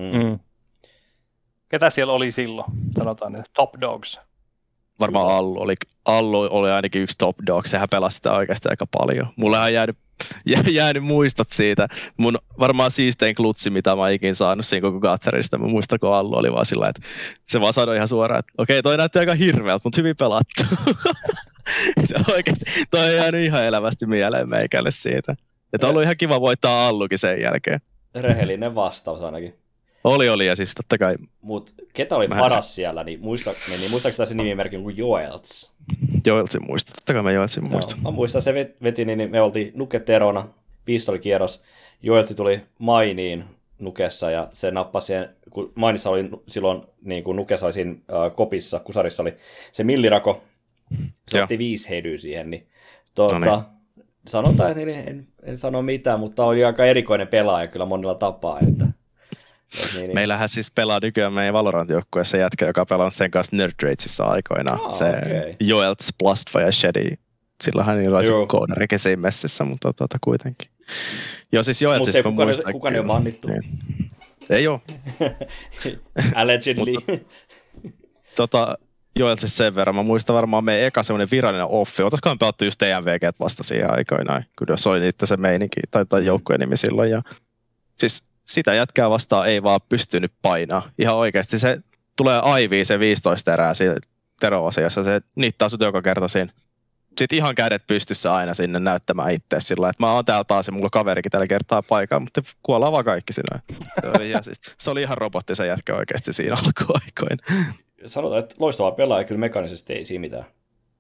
Ketä siellä oli silloin, sanotaan, että top dogs? Varmaan Allu oli ainakin yksi top dog, sehän pelasi sitä oikeasti aika paljon. Mulle on jäänyt muistot siitä. Mun varmaan siistein klutsi, mitä mä ikin saanut siinä koko Gatherista. Mä muistan, kun Allu oli vaan sillä, että se vaan sanoi ihan suoraan, että okei, toi näytti aika hirveältä, mutta hyvin pelattu. Se oikeasti, toi on jäänyt ihan elävästi mieleen meikälle siitä. Että on ollut ihan kiva voittaa Allukin sen jälkeen. Rehellinen vastaus ainakin. Oli, ja siis totta kai. Mut ketä oli paras siellä, niin muistaako se nimimerkin kuin Joelts? Joeltsin muista, totta kai mä Joeltsin muistan. Mä muistan, se veti, niin me oltiin Nuketerona, pistolikierros. Joeltsi tuli Mainiin Nukessa, ja se nappasi siihen, kun Mainissa oli silloin, niin kuin Nukessa oli siinä kopissa, kusarissa oli se millirako, se otti 5 hedyä siihen, niin sanotaan, että en sano mitään, mutta oli aika erikoinen pelaaja kyllä monella tapaa, että niin. Meillähän siis pelaa nykyään meidän Valorant-joukkueessa jätkä, joka pelaa sen kanssa Nerd Rageissa aikoinaan. Joelts, Plastva ja Shady. Silloinhan niillä oli koodarikin siinä messissä, mutta kuitenkin. Joo, siis Joeltsista mä muistan. Kukaan ei ole mannittu. Niin. Ei oo. Allegedly. Joeltsista sen verran. Mä muistan varmaan meidän eka semmoinen virallinen offi. Otaisikohan pelattu just TMVG vasta siihen aikoinaan, kun se oli niitä se meininki, tai joukkueen nimi silloin. Ja siis sitä jätkää vastaan ei vaan pystynyt painaa. Ihan oikeasti se tulee aiviin se 15 erää siinä Tero-osiossa. Se niittaa sut joka kerta siinä. Sitten ihan kädet pystyssä aina sinne näyttämään itse sillä, että mä oon täällä taas ja mulla on kaverikin tällä kertaa paikalla, mutta kuollaan vaan kaikki siinä. Se oli ihan robotti se jätkä oikeasti siinä alkuaikoina. Sanotaan, että loistava pelaaja, kyllä mekaanisesti ei siinä mitään.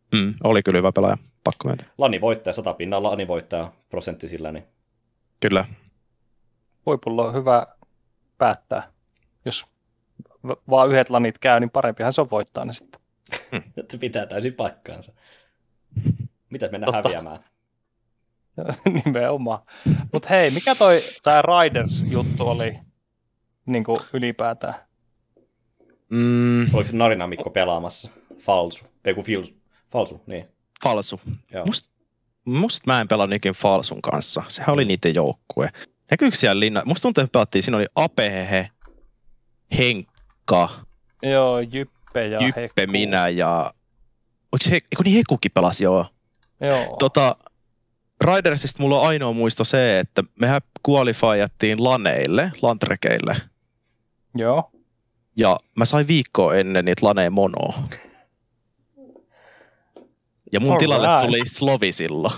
Oli kyllä hyvä pelaaja, pakko myöntää. Lani voittaja, 100 pinnaa Lani voittaja prosentti sillä, niin Kyllä. Huipulla on hyvä päättää. Jos vaan yhdet lanit käy, niin parempihan se on voittaa ne sitten. että pitää täysin paikkaansa. Mitä mennään häviämään? Nimenomaan. Mutta hei, mikä tämä Riders-juttu oli niin kuin ylipäätään? Oliko se Narina Mikko pelaamassa? Falsu, niin. Falsu. Joo. Musta mä en pelannut ikin Falsun kanssa. Sehän oli niiden joukkue. Näkyykö siellä linna? Musta tuntuu, että pelattiin. Siinä oli Apehehe, Henkka, Joo, Jyppe ja Jyppe, Hekku. minä ja... Eikö niin Hekukin pelasi, joo. Joo. Ridersista mulla on ainoa muisto se, että mehän qualifyattiin laneille, lantrekeille. Joo. Ja mä sain viikkoa ennen niitä laneen monoa. Ja mun tilalle tuli Slovi silloin.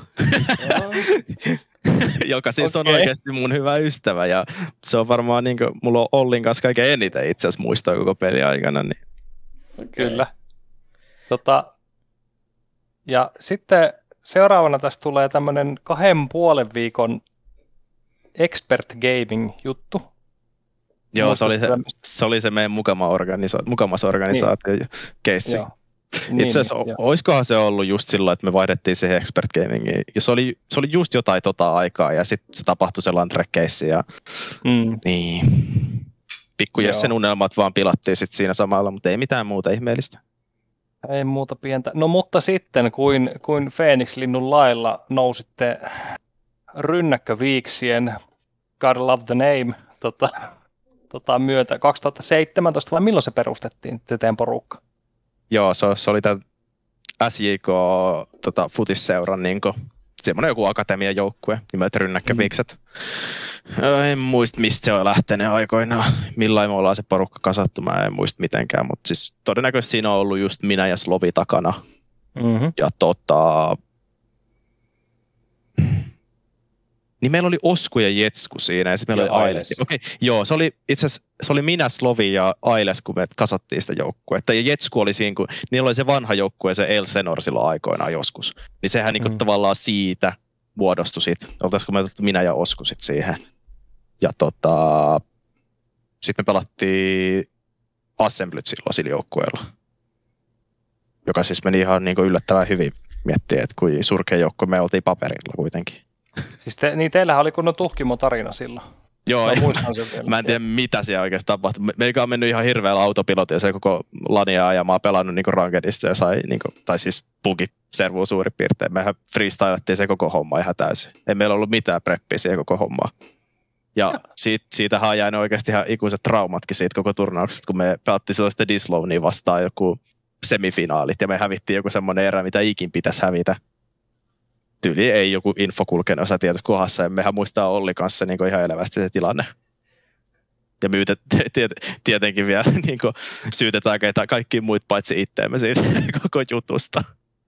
Joka siis on oikeasti mun hyvä ystävä. Ja se on varmaan, niin kuin, mulla on Ollin kanssa kaiken eniten itse asiassa muistaa koko peli aikana. Niin. Kyllä. Ja sitten seuraavana tästä tulee tämmöinen 2,5 viikon expert gaming juttu. Joo, se oli se meidän mukamas organisaatio keissi. Itse asiassa, olisikohan se ollut just silloin, että me vaihdettiin siihen expert gamingiin. Ja se oli just jotain aikaa, ja sitten se tapahtui se Landrek-keissi. Ja niin, pikkujessen unelmat vaan pilattiin sit siinä samalla, mutta ei mitään muuta ihmeellistä. Ei muuta pientä. No mutta sitten, kuin Phoenix-linnun lailla nousitte rynnäkköviiksien God Love the Name myötä 2017, vai milloin se perustettiin, se teidän porukka? Joo, se oli tämän SJK futisseuran semmoinen joku akatemian joukkue nimeltä Rynnäkköviikset. En muista, mistä se on lähtenyt aikoinaan. Millain me ollaan se porukka kasattu, mä en muista mitenkään, mutta siis todennäköisesti siinä on ollut just minä ja Slovi takana. Ja niin meillä oli Osku ja Jetsku siinä, ja sitten meillä oli Ailes. Okei, joo, se oli itse asiassa, se oli minä, Slovi ja Ailes, kun me kasattiin sitä joukkuetta. Ja Jetsku oli siinä, kun niillä oli se vanha joukkue, se Elsenor silloin aikoinaan joskus. Niin sehän niin kuin tavallaan siitä muodostui sit. Oltaisiko me otettu minä ja Osku sit siihen. Ja sitten me pelattiin Assemblyt silloin sillä joukkueella. Joka siis meni ihan niin kuin yllättävän hyvin miettiä, että kuin surkea joukkue me oltiin paperilla kuitenkin. Siis teillähän oli kunnon tuhkimo-tarina silloin. Joo, mä en tiedä mitä siellä oikeasti tapahtui. Meikä on mennyt ihan hirveällä autopilotilla ja se koko lania ajamaa pelannut niinku Rankedissa ja sai, niinku, tai siis bugi-servua suurin piirtein. Mehän freestylattiin se koko homma ihan täysin. Ei meillä ollut mitään preppiä siihen koko hommaa. Ja siitähän on jäänyt oikeasti ihan ikuiset traumatkin siitä koko turnauksesta, kun me pelattiin sellaista Dislownia vastaan joku semifinaalit ja me hävittiin joku semmoinen erä, mitä ikin pitäisi hävitä. Tyyli ei joku info kulkenut osa tietysti kohdassa, ja mehän muistaa Olli kanssa niin ihan elävästi se tilanne. Ja tietenkin vielä niin syytetään kaikki muut paitsi itteemme siitä koko jutusta.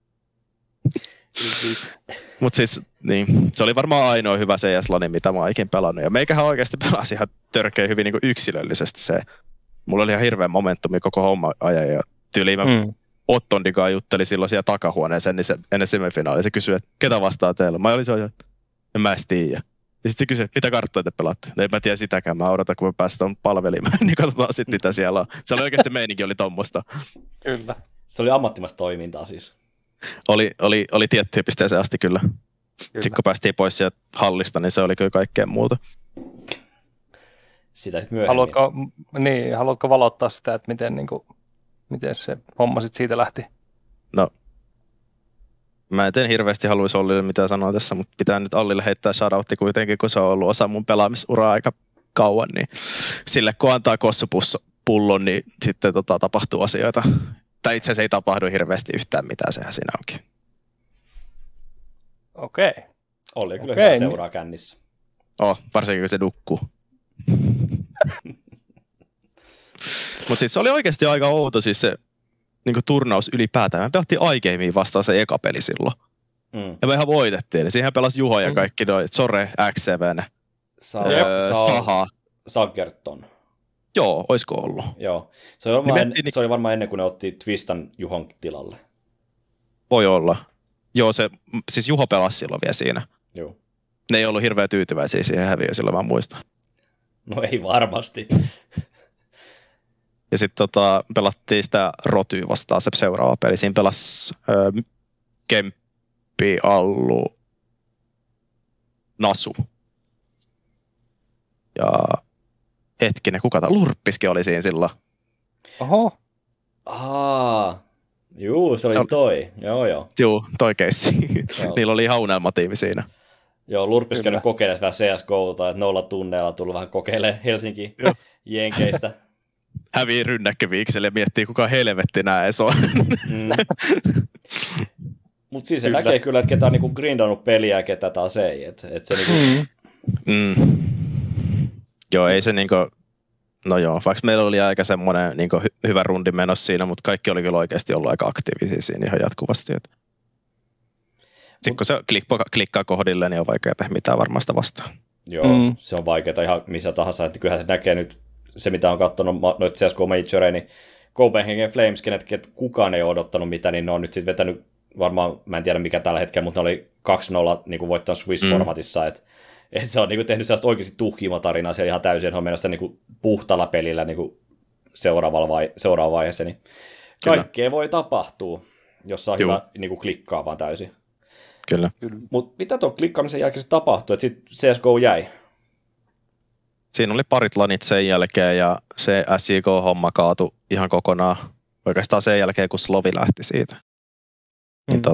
Mutta siis niin, se oli varmaan ainoa hyvä CS-lani, mitä mä oon ikin pelannut. Ja meikähän oikeasti pelasi ihan törkeä hyvin niin yksilöllisesti se. Mulla oli ihan hirveä momentumi koko homma ajan, ja tyyliin mä Ottondikaa jutteli silloin siellä takahuoneeseen, niin se, ennen semifinaalia se kysyi, että ketä vastaa teillä. Mä olin se, että en mä edes tiedä. Ja sitten se kysyi, että mitä karttoja te pelaatte? No en mä tiedä sitäkään, mä odotan kun me päästään palvelimaan, niin katsotaan sitten mitä siellä on. Se oli oikeasti meininki oli tommoista. Kyllä. Se oli ammattimaista toimintaa siis. Oli tiettyyn pisteeseen asti kyllä. Sitten kun päästiin pois sieltä hallista, niin se oli kyllä kaikkea muuta. Sitä sitten myöhemmin. Haluatko valottaa sitä, että miten se homma sitten siitä lähti? No, mä en hirveästi haluaisi Ollille mitään sanoa tässä, mutta pitää nyt Ollille heittää shoutoutti kuitenkin, kun se on ollut osa mun pelaamisuraa aika kauan, niin sille kun antaa kossupullon, niin sitten tapahtuu asioita. Tai itse asiassa ei tapahdu hirveästi yhtään mitään, sehän siinä onkin. Okei. Olli kyllä hyvä seuraa kännissä. Varsinkin kun se nukkuu. Mutta siis se oli oikeasti aika outo siis se niinku turnaus ylipäätään. Me pelattiin iGameen vastaan se eka peli silloin. Ja me ihan voitettiin. Siihen pelasi Juho ja kaikki noi. Sore, X7, Saha. Sagerton. Joo, oisko ollut? Joo. Se oli varmaan ennen kuin ne otti Twistan Juhon tilalle. Voi olla. Joo, siis Juho pelasi silloin vielä siinä. Joo. Ne ei ollut hirveän tyytyväisiä siihen häviöön, silloin mä muistan. No ei varmasti. Ja sitten pelattiin sitä Rotyä vastaan se seuraava peli. Siinä pelasi Kemppi, Allu, Nasu. Ja hetkinen, Lurppiskin oli siinä silloin. Oho. Juu, se oli toi. Joo. Juu, toi keissi. Niillä oli ihan unelmatiimi siinä. Joo, Lurppis käynyt kokeilemaan vähän CSGOta, että 0 tunneilla tullut vähän kokeilemaan Helsinki jenkeistä. Hävii rynnäkköviikselle ja miettii, kuka helvetti nää edes on. Mutta siis se näkee kyllä, että ketä on niinku grindannut peliä ja ketä taas ei. Et se niinku... Joo, ei se niinku... No joo, vaikka meillä oli aika semmoinen niinku hyvä rundi menossa siinä, mutta kaikki oli kyllä oikeasti ollut aika aktiivisia siinä ihan jatkuvasti. Sitten kun se klikkaa kohdille, niin on vaikea tehdä mitään varmasta vastaan. Joo, se on vaikeaa ihan missä tahansa. Että kyllähän se näkee nyt, se mitä on katsonut noita CSGO Majoreja, niin Copenhagen Flames, kenet kukaan ei ole odottanut mitään, niin ne on nyt sitten vetänyt, varmaan, mä en tiedä mikä tällä hetkellä, mutta ne oli 2-0 niin voittanut Swiss-formatissa, että se on niin tehnyt sellaista oikeasti tuhkimotarinaa siellä ihan täysin, on menossa niin puhtalla pelillä niin seuraava vaiheessa, niin kaikkea voi tapahtua, jos saa hyvä niin klikkaa vaan täysin. Kyllä. Mutta mitä tuon klikkaamisen jälkeen se tapahtui, että sitten CSGO jäi? Siinä oli parit lanit sen jälkeen ja se SJK-homma kaatui ihan kokonaan oikeastaan sen jälkeen, kun Slovi lähti siitä. Niin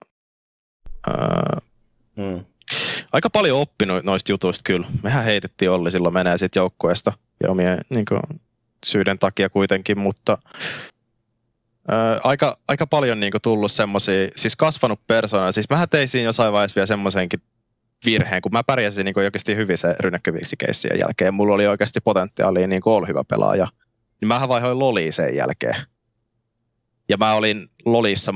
aika paljon oppinut noista jutuista kyllä. Mehän heitettiin Olli silloin menee sitten joukkueesta ja omien niin kuin, syiden takia kuitenkin, mutta aika paljon niin kuin, tullut semmoisia, siis kasvanut persoona. Siis mähän tein siinä jossain vaiheessa vielä semmoisenkin virheen, kun mä pärjäsin niin kuin, oikeasti hyvin se rynnäkköviiksi-keissien jälkeen. Mulla oli oikeasti potentiaalia niin kuin, olla hyvä pelaaja. Niin mähän vaihoin Loliin sen jälkeen. Ja mä olin Lolissa,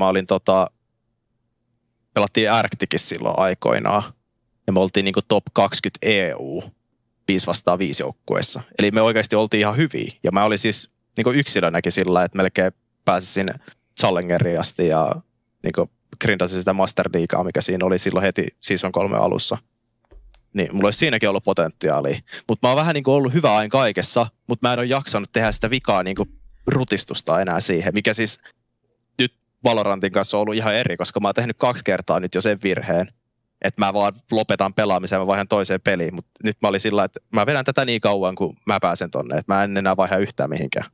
pelattiin Arcticissa silloin aikoinaan. Ja me oltiin niinku top 20 EU 5 vastaan 5 joukkueessa. Eli me oikeasti oltiin ihan hyviä. Ja mä olin siis niinku yksilönäkin sillä, että melkein pääsin Challengeriin asti ja niinku grindasin sitä Master Leaguea, mikä siinä oli silloin heti Season 3 alussa. Niin mulla olisi siinäkin ollut potentiaalia. Mutta mä oon vähän niinku ollut hyvä aina kaikessa, mutta mä en ole jaksanut tehdä sitä vikaa niinku rutistusta enää siihen, mikä siis nyt Valorantin kanssa on ollut ihan eri, koska mä oon tehnyt 2 kertaa nyt jo sen virheen, että mä vaan lopetan pelaamisen ja mä vaihdan toiseen peliin, mutta nyt mä olin sillä, että mä vedän tätä niin kauan, kun mä pääsen tonne, että mä en enää vaihda yhtään mihinkään.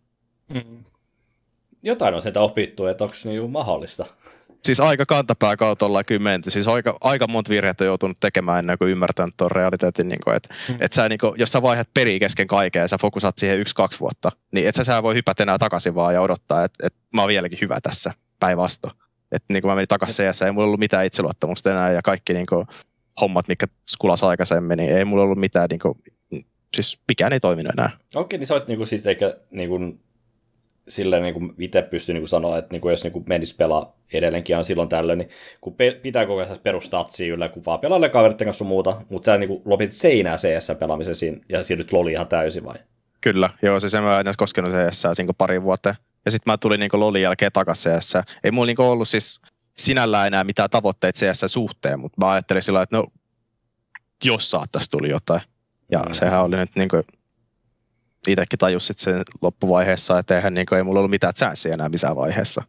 Jotain on sieltä opittu, että onko se niin mahdollista? Siis aika kantapää kautta ollaan kyllä menty. Siis aika monta virhettä on joutunut tekemään ennen kuin ymmärtänyt tuon realiteetin, niin että et sä, niin kuin, jos sä vaihdat peliä kesken kaiken ja sä fokusaat siihen 1-2 vuotta, niin et sä voi hypätä enää takaisin vaan ja odottaa, että mä oon vieläkin hyvä tässä päinvastoin. Että niin kuin mä menin takaisin CS, ei mulla ollut mitään itseluottamusta enää ja kaikki niin kuin, hommat, mitkä skulas aikaisemmin, niin ei mulla ollut mitään, niin kuin, siis mikään ei toiminut enää. Okei, niin sä oot niin kuin, siis eikä niin kuin, silleen niin itse pystyy niin sanoa, että niin kuin, jos niin menisi pelaa edelleenkin on silloin tällöin, niin kun pitää koko ajan perustatsia yllä, kun vaan pelailee kaveritten kanssa muuta, mutta sä niin lopetit seinää CS-pelaamisen siinä ja siirryt Loliin ihan täysin vai? Kyllä, joo, siis en mä enää koskenut CS siinä pari vuotta. Ja sitten mä tulin niin Lolin jälkeen takaisin CS. Ei mulla niin ollut siis sinällään enää mitään tavoitteita CS-suhteen, mutta mä ajattelin sillä, että no, jos saattaisi tuli jotain. Ja sehän oli nyt niin kuin, itsekin tajusit sen loppuvaiheessa, että eihän niin kuin, ei mulla ollut mitään chanssiä enää missään vaiheessa.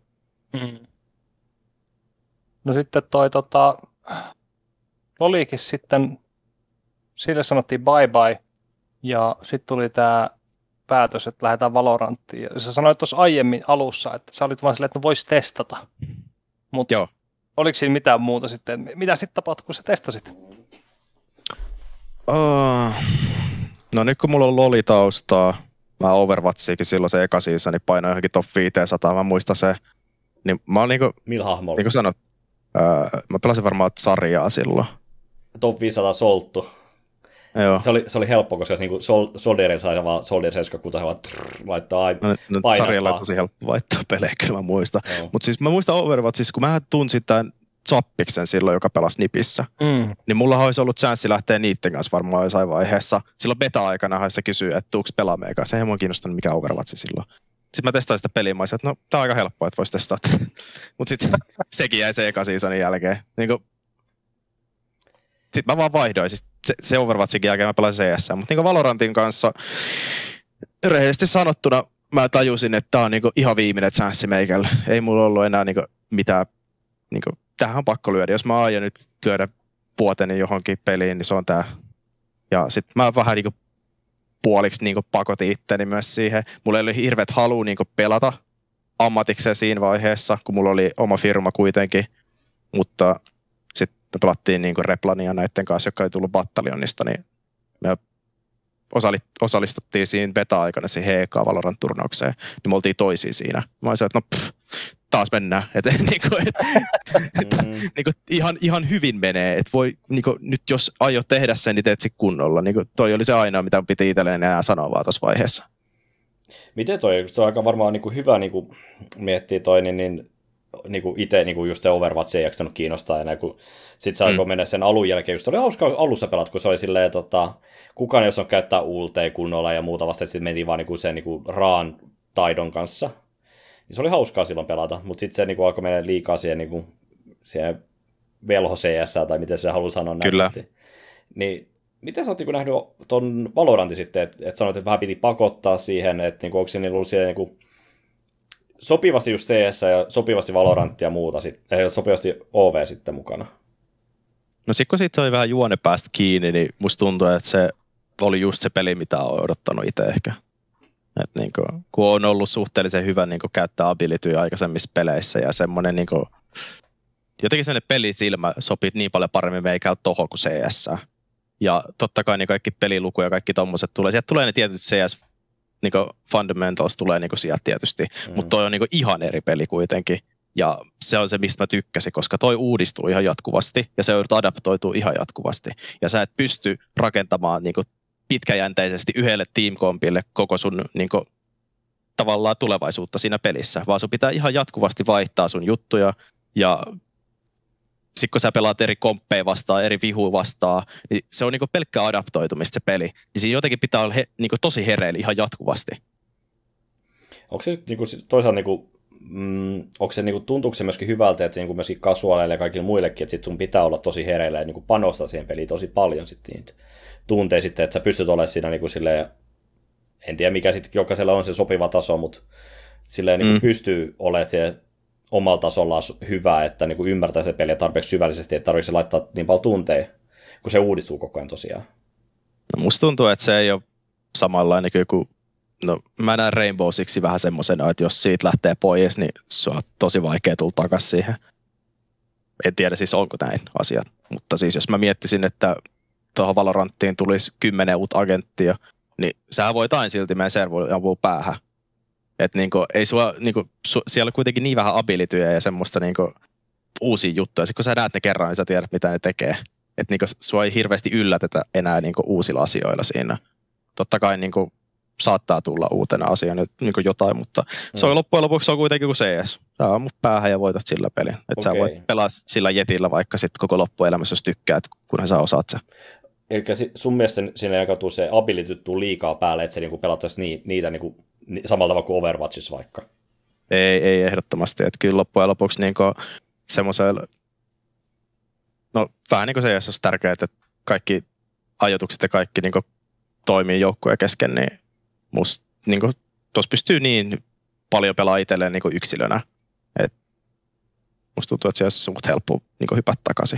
No sitten Lolikin sitten, sille sanottiin bye bye, ja sitten tuli tämä päätös, että lähdetään Valoranttiin. Ja sä sanoit tuossa aiemmin alussa, että sä olit vaan silleen, että no vois testata. Mutta oliko siinä mitään muuta sitten? Mitä sitten tapahtui, kun sä testasit? No nyt kun mulla on Loli-taustaa, mä Overwatchiakin silloin se eka seasoni painoin johonkin top 500, mä muistan se. Niin mä oon niinku... Millä hahmolla? Niin kuin sanot, mä pelasin varmaan sarjaa silloin. Top 500 solttu. Joo. Se oli helppo, koska niinku Soldierin sai vaan Soldier 76 vaan laittaa painattaa. Sarjalla on tosi helppo vaihtaa pelejä, kyllä mä muistan. Mutta siis mä muistan Overwatchissa, kun mä tunsin tämän Zappiksen silloin, joka pelasi Nipissä, niin mulla olisi ollut chanssi lähteä niitten kanssa varmaan jossain vaiheessa. Silloin beta-aikana se kysyi, että tuuks pelaa meikä. Se ei mua kiinnostanut mikään Overwatch silloin. Sitten mä testasin sitä peliä, mä olisin, että no tää on aika helppoa, että voisi testaa tätä. Mut sit sekin jäi se eka seasonin jälkeen. Niinku, sit mä vaan vaihdoin, siis se Overwatchin jälkeen mä pelasin CS, mutta niinku Valorantin kanssa rehellisesti sanottuna mä tajusin, että tää on niinku ihan viimeinen chanssi meikällä. Ei mulla ollut enää niinku mitään, niinku, tähän on pakko lyödä. Jos mä aion nyt lyödä vuoteni johonkin peliin, niin se on tää. Ja sit mä vähän niinku puoliksi niinku pakotin itteni myös siihen. Mulla ei ollut hirveät halua niinku pelata ammatikseen siinä vaiheessa, kun mulla oli oma firma kuitenkin. Mutta sitten me pelattiin niinku Replania näiden kanssa, jotka ei tullut Battalionista, niin me osallistuttiin siinä beta-aikana siihen HK Valorant-turnaukseen, niin me oltiin toisia siinä. Mä olisin, että no taas mennään. Niinku, ihan hyvin menee. Et voi, niinku, nyt jos aiot tehdä sen, niin teet sen kunnolla. Niinku, toi oli se ainoa, mitä piti itselleen enää sanoa vaan tuossa vaiheessa. Miten toi? Se on aika varmaan niinku hyvä niinku, miettiä toi, niinku itse niinku just se Overwatch ei jaksanut kiinnostaa enää, kun sit se alkoi mennä sen alun jälkeen. Just oli hauska alussa pelat, kun se oli silleen, kukaan ei osannut käyttää ulteja kunnolla ja muuta vasta, että sitten mentiin vaan niinku sen niinku raan taidon kanssa. Niin se oli hauskaa silloin pelata, mutta sitten se niinku alkoi mennä liikaa siihen velho CS, tai miten se haluaa sanoa näköisesti. Niin miten sä oot niinku nähnyt ton Valorantin sitten, että sanoit, että vähän piti pakottaa siihen, että niinku, onko se ollut siellä niinku sopivasti just CS ja sopivasti Valoranttia ja muuta, sopivasti OV sitten mukana? No sit kun siitä oli vähän juone päästä kiinni, niin musta tuntuu, että se oli just se peli, mitä olen odottanut itse ehkä. Et niinku, kun on ollut suhteellisen hyvä niinku käyttää abilityä aikaisemmissa peleissä ja semmonen niinku, jotenkin semmoinen pelisilmä sopii niin paljon paremmin meikään tohon kuin CS. Ja totta kai niin kaikki peliluku ja kaikki tommoset tulee. Sieltä tulee ne tietyt CS niinku fundamentals tulee niinku sieltä tietysti, mutta toi on niinku ihan eri peli kuitenkin. Ja se on se, mistä mä tykkäsin, koska toi uudistuu ihan jatkuvasti ja se adaptoituu ihan jatkuvasti. Ja sä et pysty rakentamaan niinku pitkäjänteisesti yhdelle teamcompille koko sun niinku tavallaan tulevaisuutta siinä pelissä, vaan sun pitää ihan jatkuvasti vaihtaa sun juttuja ja sitten kun sä pelaat eri komppeja vastaan, eri vihuja vastaan, niin se on niinku pelkkää adaptoitumista se peli. Niin siinä jotenkin pitää olla niinku tosi hereillä ihan jatkuvasti. Onko se niinku, toisaalta niinku, onko se, niinku, tuntuuko se myöskin hyvältä, että niinku myöskin kasuaaleille ja kaikille muillekin, että sit sun pitää olla tosi hereillä ja niinku panostaa siihen peliin tosi paljon sitten niitä tunteja sitten, että sä pystyt olemaan siinä niinku silleen, en tiedä mikä sitten jokaisella on se sopiva taso, mutta silleen niinku pystyy olemaan siellä omalla tasollaan hyvä, että niinku ymmärtää se peliä tarpeeksi syvällisesti, että tarvitse laittaa niin paljon tunteja, kun se uudistuu koko ajan tosiaan. No musta tuntuu, että se ei ole samanlainen kuin, no mä näen Rainbow Sixin vähän semmosena, että jos siitä lähtee pois, niin se on tosi vaikea tulla takaisin siihen. En tiedä siis onko näin asiat, mutta siis jos mä miettisin, että tuohon Valoranttiin tulisi 10 uutta agenttia, niin sähän voit aina silti meidän servoilla ampua päähän. Että niinku, ei sua, niinku, siellä on kuitenkin niin vähän abilityjä ja semmoista niinku, uusia juttuja. Sitten kun sä näet ne kerran, niin sä tiedät, mitä ne tekee. Että niinku, sua ei hirveästi yllätetä enää niinku, uusilla asioilla siinä. Totta kai niinku, saattaa tulla uutena asiana niinku, jotain, mutta se on loppujen lopuksi se on kuitenkin kuin CS. Sä ammut päähän ja voitat sillä pelin. Että sä voit pelaa sillä jetillä vaikka sit koko loppuelämässä, jos tykkäät, kunhan sä osaat sen. Eli sun mielestä siinä jakautuu se ability liikaa päälle, että se niinku pelattaisi niitä niinku samalla tavalla kuin Overwatchissa vaikka? Ei ehdottomasti. Että kyllä loppujen lopuksi niinku semmoisella, no vähän niin kuin se olisi tärkeää, että kaikki ajatukset ja kaikki niinku toimii joukkueen kesken, niin musta niinku tuossa pystyy niin paljon pelaa itselleen niinku yksilönä. Et musta tuntuu, että se olisi suht helppo niinku hypätä takaisin.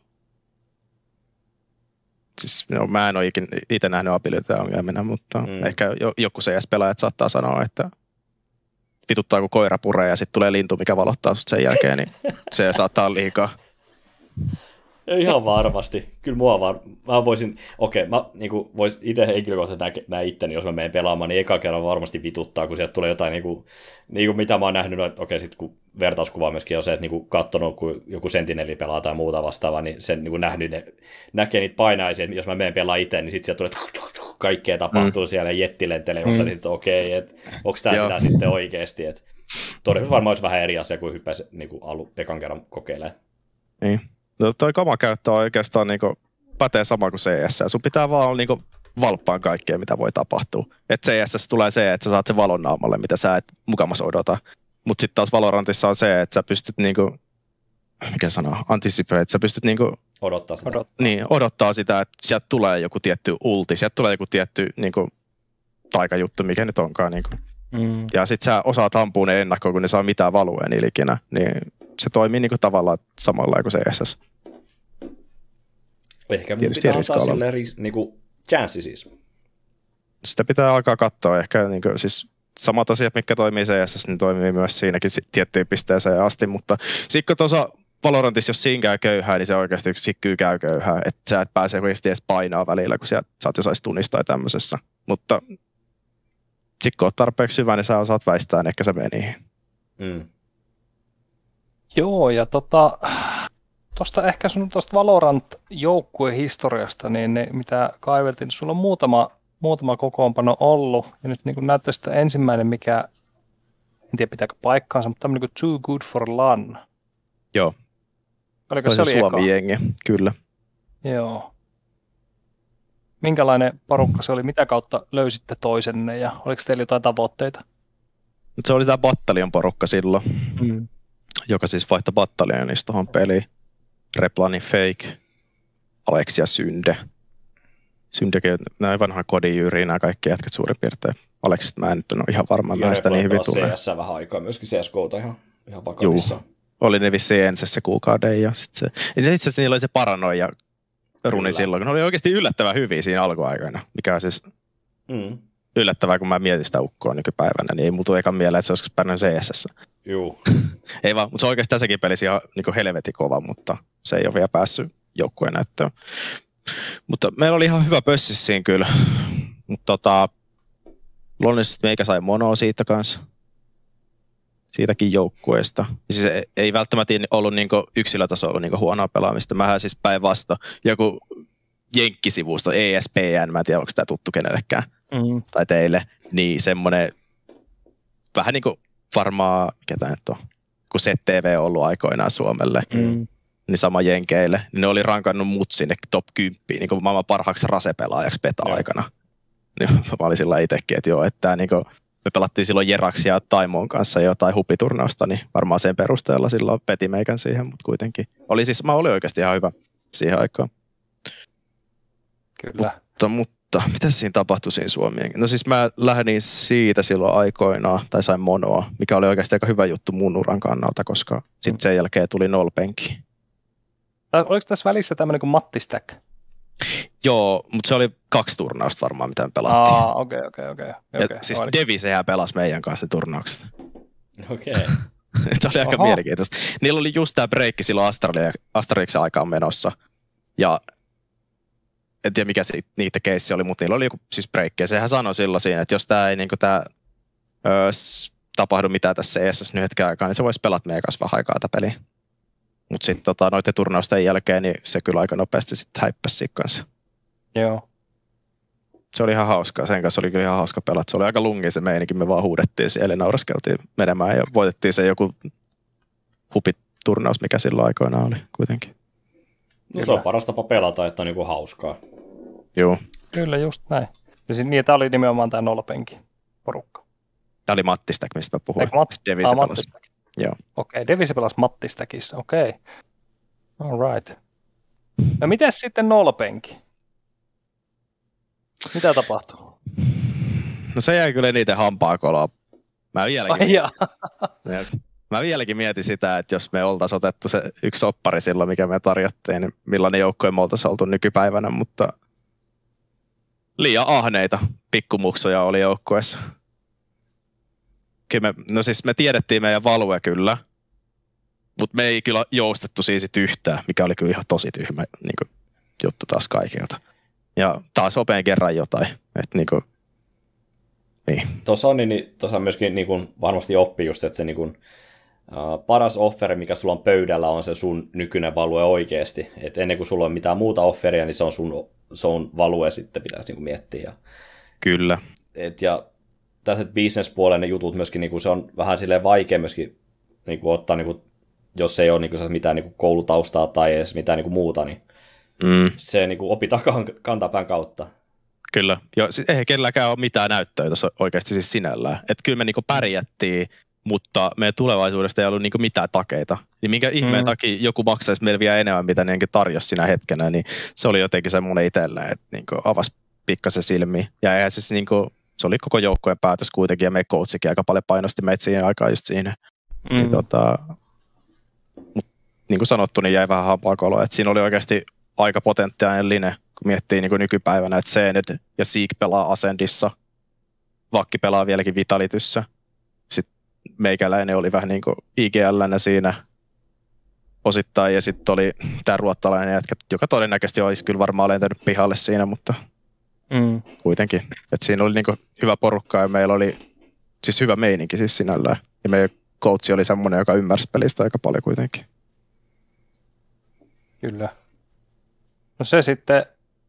Siis, no, mä en ole itse nähnyt abilityä ongelmina, mutta ehkä joku CS-pelaajat saattaa sanoa, että vituttaa kun koira puree ja sitten tulee lintu, mikä valottaa sut sen jälkeen, niin se saattaa olla liikaa. Ihan varmasti. Kyllä mä voisin, mä niinku, vois itse henkilökohtaisesti näin itteni, jos mä menen pelaamaan, niin eka kerran varmasti vituttaa, kun sieltä tulee jotain, niinku mitä mä oon nähnyt, että sit kun vertauskuva myöskin on se, että niinku katsonut, kun joku sentineli pelaa tai muuta vastaavaa, niin sen niinku näkee niitä painaisia, että jos mä menen pelaamaan itse, niin sitten sieltä tulee, kaikkea tapahtuu siellä ja jetti lentelee, jossa niin että onko tämä sitä sitten oikeasti, että todellisuus varmaan olisi vähän eri asia, kuin hyppäisi niinku ekan kerran kokeilemaan. Niin. No toi kamakäyttö on oikeastaan niinku pätee sama kuin CS. Sun pitää vaan olla niinku valppaan kaikkea, mitä voi tapahtua. Että CSS tulee se, että sä saat sen valon naamalle, mitä sä et mukamas odota. Mutta sitten taas Valorantissa on se, että sä pystyt niinku, mikä sana, anticipate, sä pystyt niinku odottaa sitä, että sieltä tulee joku tietty ulti, sieltä tulee joku tietty niinku taikajuttu, mikä nyt onkaan. Niinku. Ja sit sä osaat ampua ne ennakkoon, kun ne saa mitään valueen niillä ikinä, niin se toimii niinku tavallaan samalla kuin CSS. Ehkä mun pitää antaa silleen niinku chanssi siis. Sitä pitää alkaa katsoa ehkä niinku siis samat asiat, mitkä toimii CSS, niin toimii myös siinäkin tiettyyn pisteeseen asti, mutta sitten kun tuossa Valorantissa, jos siinä käy köyhää, niin se oikeasti yksi sikkyy käy köyhää, että sä et pääse oikeasti edes painaa välillä, kun sä oot jossain tunnista tai tämmöisessä. Mutta sitten kun oot tarpeeksi hyvä, niin sä osaat väistää, niin ehkä se meni. Joo, ja tuosta ehkä sun tuosta Valorant-joukkueen historiasta, niin ne, mitä kaiveltiin, niin sulla on muutama kokoonpano ollut, ja nyt niin näyttäisi, että ensimmäinen, mikä, en tiedä pitääkö paikkaansa, mutta tämmöinen kuin Too Good for LAN. Joo. Oliko se oli Suomi-jengi, kyllä. Joo. Minkälainen porukka se oli? Mitä kautta löysitte toisenne ja oliko teillä jotain tavoitteita? Se oli tämä Battalion porukka silloin, joka siis vaihtoi Battalionista tuohon peliin. Replani Fake, Alexia Synde. Syndekin, nämä vanha Kodin Jyri, nämä kaikki jätkät suurin piirtein. Alexista mä en nyt ole ihan varma, mä en sitä niin hyvin tunne. CS vähän aikaa, myöskin CSGOta ihan vakavissa. Oli ne vissiin ensessä kuukauden ja sitten se. Itse asiassa niillä oli se paranoia runi silloin, kun ne oli oikeasti yllättävän hyviä siinä alkuaikoina, mikä on siis yllättävää, kun mä mietin sitä ukkoa nykypäivänä, niin ei muutu ekan mieleen, että se olisi pärnän CSS. Joo. Ei vaan, mutta se on oikeasti tässäkin pelissä ihan niin helvetin kova, mutta se ei ole vielä päässyt joukkueen näyttöön. Mutta meillä oli ihan hyvä pössis siinä kyllä, mutta luonnollisesti meikä sai monoa siitä kanssa. Siitäkin joukkueesta. Siis ei välttämättä ollut niinku yksilötasolla niinku huonoa pelaamista. Mähän siis päinvastoin joku jenkkisivusto, ESPN, mä en tiedä, onko tämä tuttu kenellekään tai teille, niin semmoinen vähän niin kuin varmaan, mikä tämä nyt on, kun ZTV on ollut aikoinaan Suomelle, niin sama jenkeille, niin ne oli rankannut mut sinne top 10, niin kuin maailman parhaaksi rasepelaajaksi beta-aikana. Niin mä olin sillä itsekin, että joo, että niinku me pelattiin silloin Jeraksia ja Taimoon kanssa jotain hupiturnausta, niin varmaan sen perusteella silloin peti meikän siihen, mutta kuitenkin. Mä olin oikeasti ihan hyvä siihen aikaan. Kyllä. Mutta mitä siinä tapahtui siinä Suomeen? No siis mä lähdin siitä silloin aikoinaan, tai sain monoa, mikä oli oikeasti aika hyvä juttu mun uran kannalta, koska sitten sen jälkeen tuli Nolpenki. Oliko tässä välissä tämmöinen kuin Matti Stack? Joo, mutta se oli 2 turnausta varmaan, mitä me pelattiin. Okei. Siis Devi sehän pelasi meidän kanssa turnaukset. Okei. Se oli aika mielenkiintoista. Niillä oli just tää breikki silloin Astraliksen aikaan menossa. Ja en tiedä mikä niitä keissi oli, mutta niillä oli joku siis breikki. Ja sehän sanoi silloin siinä, että jos tää ei niinku tapahdu mitään tässä CSS nyt hetken aikaa, niin se voisi pelata meidän kanssa vähän aikaa tätä peliä. Mutta sitten noiden turnausten jälkeen, niin se kyllä aika nopeasti sitten häippäsi siinä kanssa. Joo. Se oli ihan hauskaa. Sen kanssa oli kyllä ihan hauska pelata. Se oli aika lungi se meininki. Me vaan huudettiin siellä ja nauraskeltiin menemään ja voitettiin se joku hupiturnaus, mikä silloin aikoinaan oli kuitenkin. No se on paras tapa pelata, että on niinku hauskaa. Joo. Kyllä, just näin. Ja niin, tämä oli nimenomaan tämä Nolpenki porukka. Tämä oli Matti Stack, mistä mä puhuin. Devise pelasi. Joo. Okei, Devise pelasi Matti Stackissa. Okei. All right. No mites sitten Nolpenki? Mitä tapahtuu? No se jäi kyllä eniten hampaakoloa. Mä vieläkin mietin sitä, että jos me oltaisiin otettu se yksi oppari silloin, mikä me tarjottiin, niin millainen joukkue me oltaisiin oltu nykypäivänä, mutta liian ahneita pikkumuksoja oli joukkueessa. No siis me tiedettiin meidän value kyllä, mutta me ei kyllä joustettu siitä yhtään, mikä oli kyllä ihan tosi tyhmä niin juttu taas kaikilta. Ja taas opeen kerran jotain, että niinku, niin. Tuossa on myöskin niin varmasti oppii just, että se niin paras offeri, mikä sulla on pöydällä, on se sun nykyinen value oikeasti. Et ennen kuin sulla on mitään muuta offeria, niin se on value sitten pitäisi niin miettiä. Kyllä. Ja tässä business-puolen ne jutut myöskin, niin se on vähän silleen vaikea myöskin niin ottaa, niin jos ei ole niin mitään niin koulutaustaa tai edes mitään niin muuta, niin se niin opitaan kantapään kautta. Kyllä. Eihän kenelläkään ole mitään näyttöä tuossa oikeasti siis sinällään. Että kyllä me niinku pärjättiin, mutta meidän tulevaisuudesta ei ollut niinku mitään takeita. Niin minkä ihmeen takia joku maksaisi meille vielä enemmän, mitä ne tarjosi siinä hetkenä, niin se oli jotenkin semmoinen itselle, että niinku avasi pikkasen silmiä. Ja eihän siis niinku, se oli koko joukkueen päätös kuitenkin, ja meidän coachikin aika paljon painosti meitä siihen aikaan just siinä. Niin niin kuin sanottu, niin jäi vähän hampaankoloa. Siinä oli oikeasti aika potentiaalinen, kun miettii niin kuin nykypäivänä, että Zened ja Seek pelaa Ascendissa, Vakki pelaa vieläkin Vitalityssä. Sitten meikäläinen oli vähän niin kuin IGL:nä siinä osittain, ja sitten oli tämä ruottalainen jätkä, joka todennäköisesti olisi kyllä varmaan lentänyt pihalle siinä, mutta kuitenkin. Et siinä oli niin kuin hyvä porukka, ja meillä oli siis hyvä meininki siis sinällään. Ja meidän coachi oli semmoinen, joka ymmärsi pelistä aika paljon kuitenkin. Kyllä. No se sitten,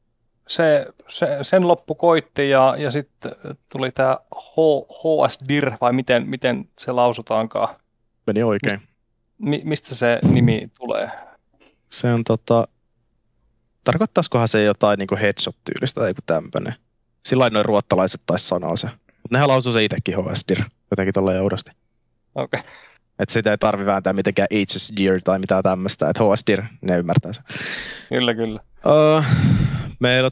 sen loppu koitti ja sitten tuli tämä HSDIR, vai miten se lausutaankaan? Meni oikein. Mistä se nimi tulee? Se on tarkoittaisikohan se jotain niin kuin headshot-tyylistä tai joku tämmöinen. Sillain noin ruottalaiset taisi sanoa se. Mutta nehän lausuu se itsekin HSDIR, jotenkin tuolla joudosti. Okei. Okay. Että sitä ei tarvi vääntää mitenkään HSDIR tai mitään tämmöistä, että HSDIR, ne ymmärtää sen. Kyllä. Meillä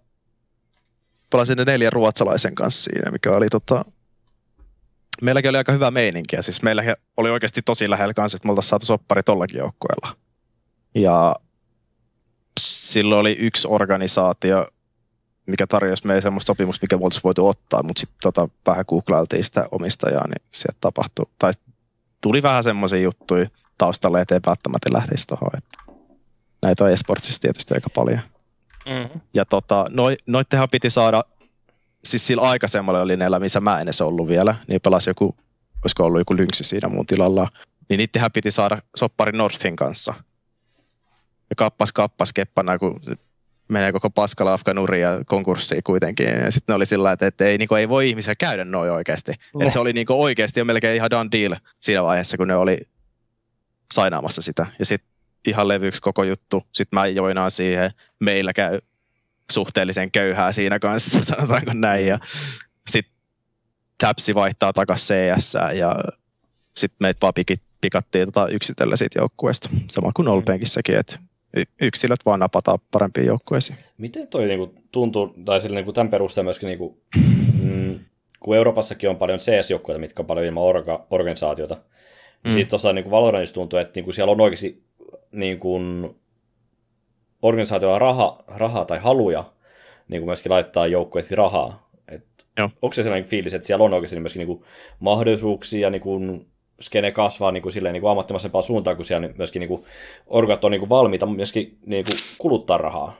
pelasin ne 4 ruotsalaisen kanssa siinä, mikä oli meilläkin oli aika hyvä meininki, ja siis meillä oli oikeasti tosi lähellä kanssa, että me oltaisiin saatu soppari tollakin joukkueella. Ja silloin oli yksi organisaatio, mikä tarjosi meille semmoista sopimusta, mikä me oltaisiin voitu ottaa, mutta sitten vähän googlailtiin sitä omistajaa, niin sieltä tapahtui, tai tuli vähän semmoisia juttuja taustalle, ettei välttämättä lähtisi tuohon. Näitä on esportsissa tietysti aika paljon. Mm-hmm. Ja noittehan piti saada, siis sillä aikaisemmalla linjalla, missä mä en edes ollut vielä, niin pelasi olisiko ollut joku Lynxi siinä mun tilalla, niin niittenhän piti saada soppari Northin kanssa. Ja kappas keppana, kun menee koko paskalafka nurin ja konkurssiin kuitenkin. Ja sitten ne oli sillä lailla, että ei voi ihmisiä käydä noin oikeasti. Että se oli oikeasti jo melkein ihan done deal siinä vaiheessa, kun ne oli sainaamassa sitä. Ja sitten ihan levyksi koko juttu. Sitten mä joinaan siihen. Meillä käy suhteellisen köyhää siinä kanssa, sanotaanko näin. Ja sitten Tapsi vaihtaa takaisin CS ja sitten meitä vaan pikattiin yksitellä siitä joukkueesta. Sama kuin Olpenkissäkin, että yksilöt vaan napataan parempiin joukkueisiin. Miten toi niinku tuntuu, tai sillä niinku tämän perusteella myöskin, niinku, kun Euroopassakin on paljon CS-joukkueita, mitkä on paljon ilman organisaatiota, siitä tuossa niinku Valorantissa tuntuu, että niinku siellä on oikeasti niinku, organisaatioilla rahaa tai haluja niinku myöskin laittaa joukkueisiin rahaa. Onko se sellainen fiilis, että siellä on oikeasti myöskin niinku mahdollisuuksia niinku, skene kasvaa niinku silleen niinku ammattimaisempaan suuntaan, kun siellä myöskin niinku orgat on niinku valmiita myöskin niinku kuluttaa rahaa.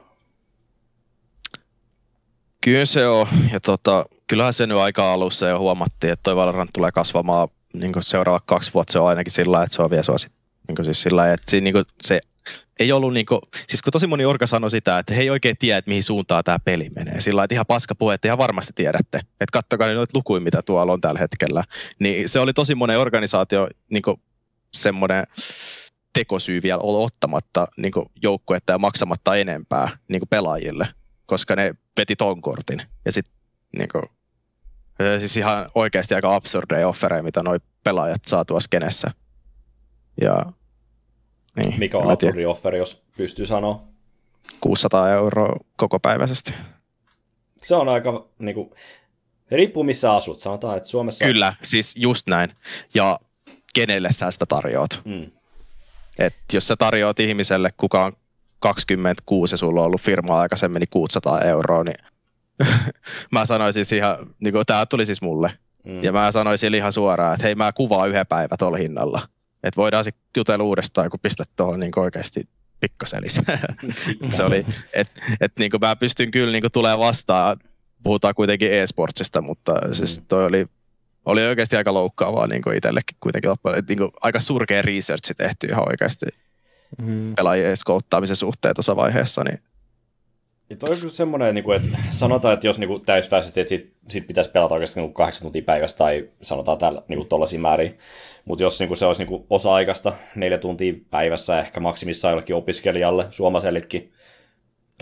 Kyllä se on, ja kyllähän se nyt aika alussa jo huomattiin, että toi Valorant tulee kasvamaan niinku seuraavat 2 vuotta, se on ainakin sillä, että se on vielä niinku siis sillä, että siinä niinku se ei ollut niinku, siis kun tosi moni orga sanoi sitä, että he ei oikein tiedä, että mihin suuntaan tämä peli menee. Sillä että ihan paska puhe, että ihan varmasti tiedätte. Että kattokaa ne noita lukuja, mitä tuolla on tällä hetkellä. Niin se oli tosi monen organisaatio niinku semmoinen tekosyy vielä olla ottamatta niinku joukkuetta ja maksamatta enempää niinku pelaajille, koska ne veti ton kortin. Ja sitten niinku, siis ihan oikeasti aika absurdeja offereja, mitä noi pelaajat saa tuossa skenessä. Ja niin, mikä on absurdi offeri, jos pystyy sanoa? 600 € kokopäiväisesti. Se on aika, niinku, riippuu missä asut, sanotaan, että Suomessa... Kyllä, siis just näin. Ja kenelle sä sitä tarjoat? Et jos sä tarjoat ihmiselle, kuka on 26 ja sulla on ollut firmaa aikaisemmin, niin 600 €, niin mä sanoisin ihan, niin tää tuli siis mulle. Ja mä sanoisin ihan suoraan, että hei, mä kuvaan 1 päivä tuolla hinnalla. Että voidaan sitten jutella uudestaan, kun pistät tuohon niin oikeasti pikkaselis. Se oli, että niin mä pystyn kyllä niin tulemaan vastaan, puhutaan kuitenkin e-sportsista, mutta siis toi oli oikeasti aika loukkaavaa niin itsellekin kuitenkin. Että niin aika surkea researchi tehty ihan oikeasti pelaajien skouttaamisen suhteen tuossa vaiheessa. Niin. Ja toi on kyllä semmoinen, että sanotaan, että jos täyspäisesti, että sit pitäisi pelata oikeasti 8 tuntia päivässä tai sanotaan tuollaisia määriä. Mutta jos se olisi osa-aikaista 4 tuntia päivässä, ehkä maksimissaan jollekin opiskelijalle, suomalaisellekin,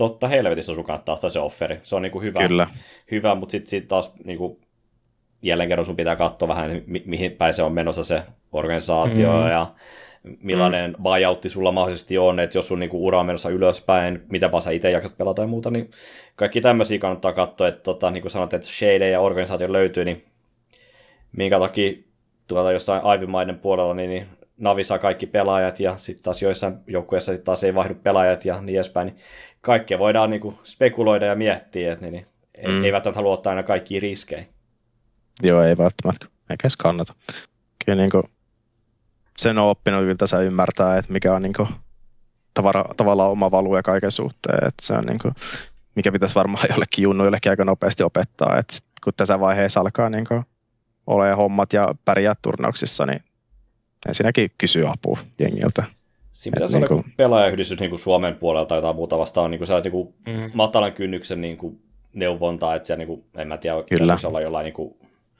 totta helvetissä sun kannattaa ottaa se offeri. Se on niinku hyvä, mutta sitten taas niinku, jälleen kerran sun pitää katsoa vähän, mihin päin se on menossa se organisaatio ja millainen buyoutti sulla mahdollisesti on, että jos sun niinku ura on menossa ylöspäin, mitäpä sä itse jaksat pelata ja muuta, niin kaikki tämmöisiä kannattaa katsoa, että niin kuin sanot, että shade ja organisaatio löytyy, niin minkä takia jossain Ivy-maiden puolella niin Navi saa kaikki pelaajat ja sitten taas joissain joukkueissa taas ei vaihdu pelaajat ja niin edespäin, niin kaikkea voidaan niinku spekuloida ja miettiä, että ei välttämättä halua ottaa aina kaikkia riskejä. Joo, ei välttämättä, eikä edes kannata. Kyllä niinku sen on oppinut kyllä tässä ymmärtää, että mikä on niinku tavallaan oma value kaiken suhteen, että se on niinku, mikä pitäisi varmaan jollekin junnuillekin aika nopeasti opettaa, että kun tässä vaiheessa alkaa niinku olemaan hommat ja pärjää turnauksissa, niin ensinnäkin kysyy apua jengiltä. Siinä pitäisi olla niinku pelaajayhdistys niinku Suomen puolella tai jotain muuta vastaan, niinku niinku matalan kynnyksen niinku neuvontaa, että siellä niinku, en mä tiedä, pitäisi olla jollain niinku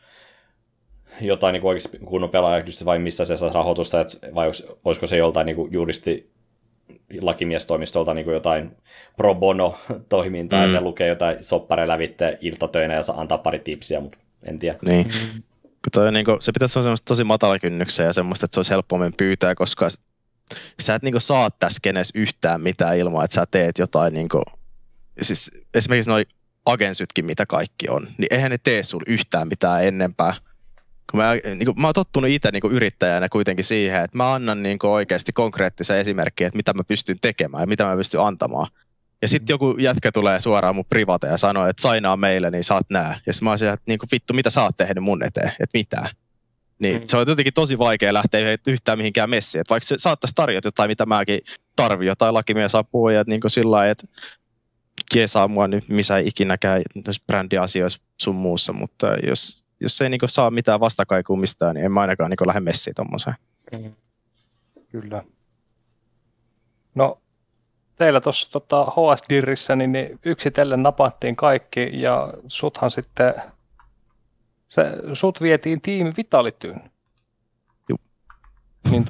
jotain niin oikeasti kunnon pelaajayhdistys vai missä se saa rahoitusta, vai olisiko se joltain niin juristi lakimiestoimistolta niin jotain pro bono toimintaa, että lukee jotain soppareja lävitse iltatöinä ja antaa pari tipsiä, mutta en tiedä. Niin. Toi, niin kuin, se pitäisi olla tosi matala kynnyksen ja semmoista, että se olisi helpommin pyytää, koska sä et niin kuin, saa tässä kenessä yhtään mitään ilman, että sä teet jotain, niin kuin, siis esimerkiksi noi agensytkin, mitä kaikki on, niin eihän ne tee sulle yhtään mitään ennempää. Mä oon tottunut itse niin yrittäjänä kuitenkin siihen, että mä annan niin oikeasti konkreettisen esimerkkiä, että mitä mä pystyn tekemään ja mitä mä pystyn antamaan. Ja sitten joku jätkä tulee suoraan mun private ja sanoo, että sainaa meille, niin saat nää. Ja sitten mä oon siellä, että niin vittu, mitä sä oot tehnyt mun eteen, että mitään. Niin se on jotenkin tosi vaikea lähteä yhtään mihinkään messiin. Että vaikka se saattaisi tarjota jotain, mitä mäkin tarvitsen, jotain lakimiesapua ja niin sillä lailla, että jeesaa mua nyt missä ikinäkään brändiasioissa sun muussa, mutta jos ei niinku saa mitään vastakaikua mistään, niin en mä ainakaan niinku lähde messiin tommoseen. Kyllä. No, teillä tuossa HS-dirrissä niin yksitellen napattiin kaikki ja suthan sitten, sut vietiin tiimi Vitalityyn. Juh. Niin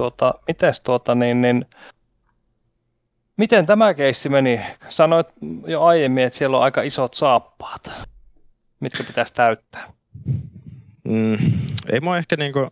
miten tämä keissi meni? Sanoit jo aiemmin, että siellä on aika isot saappaat, mitkä pitäisi täyttää. Ei mua ehkä niinku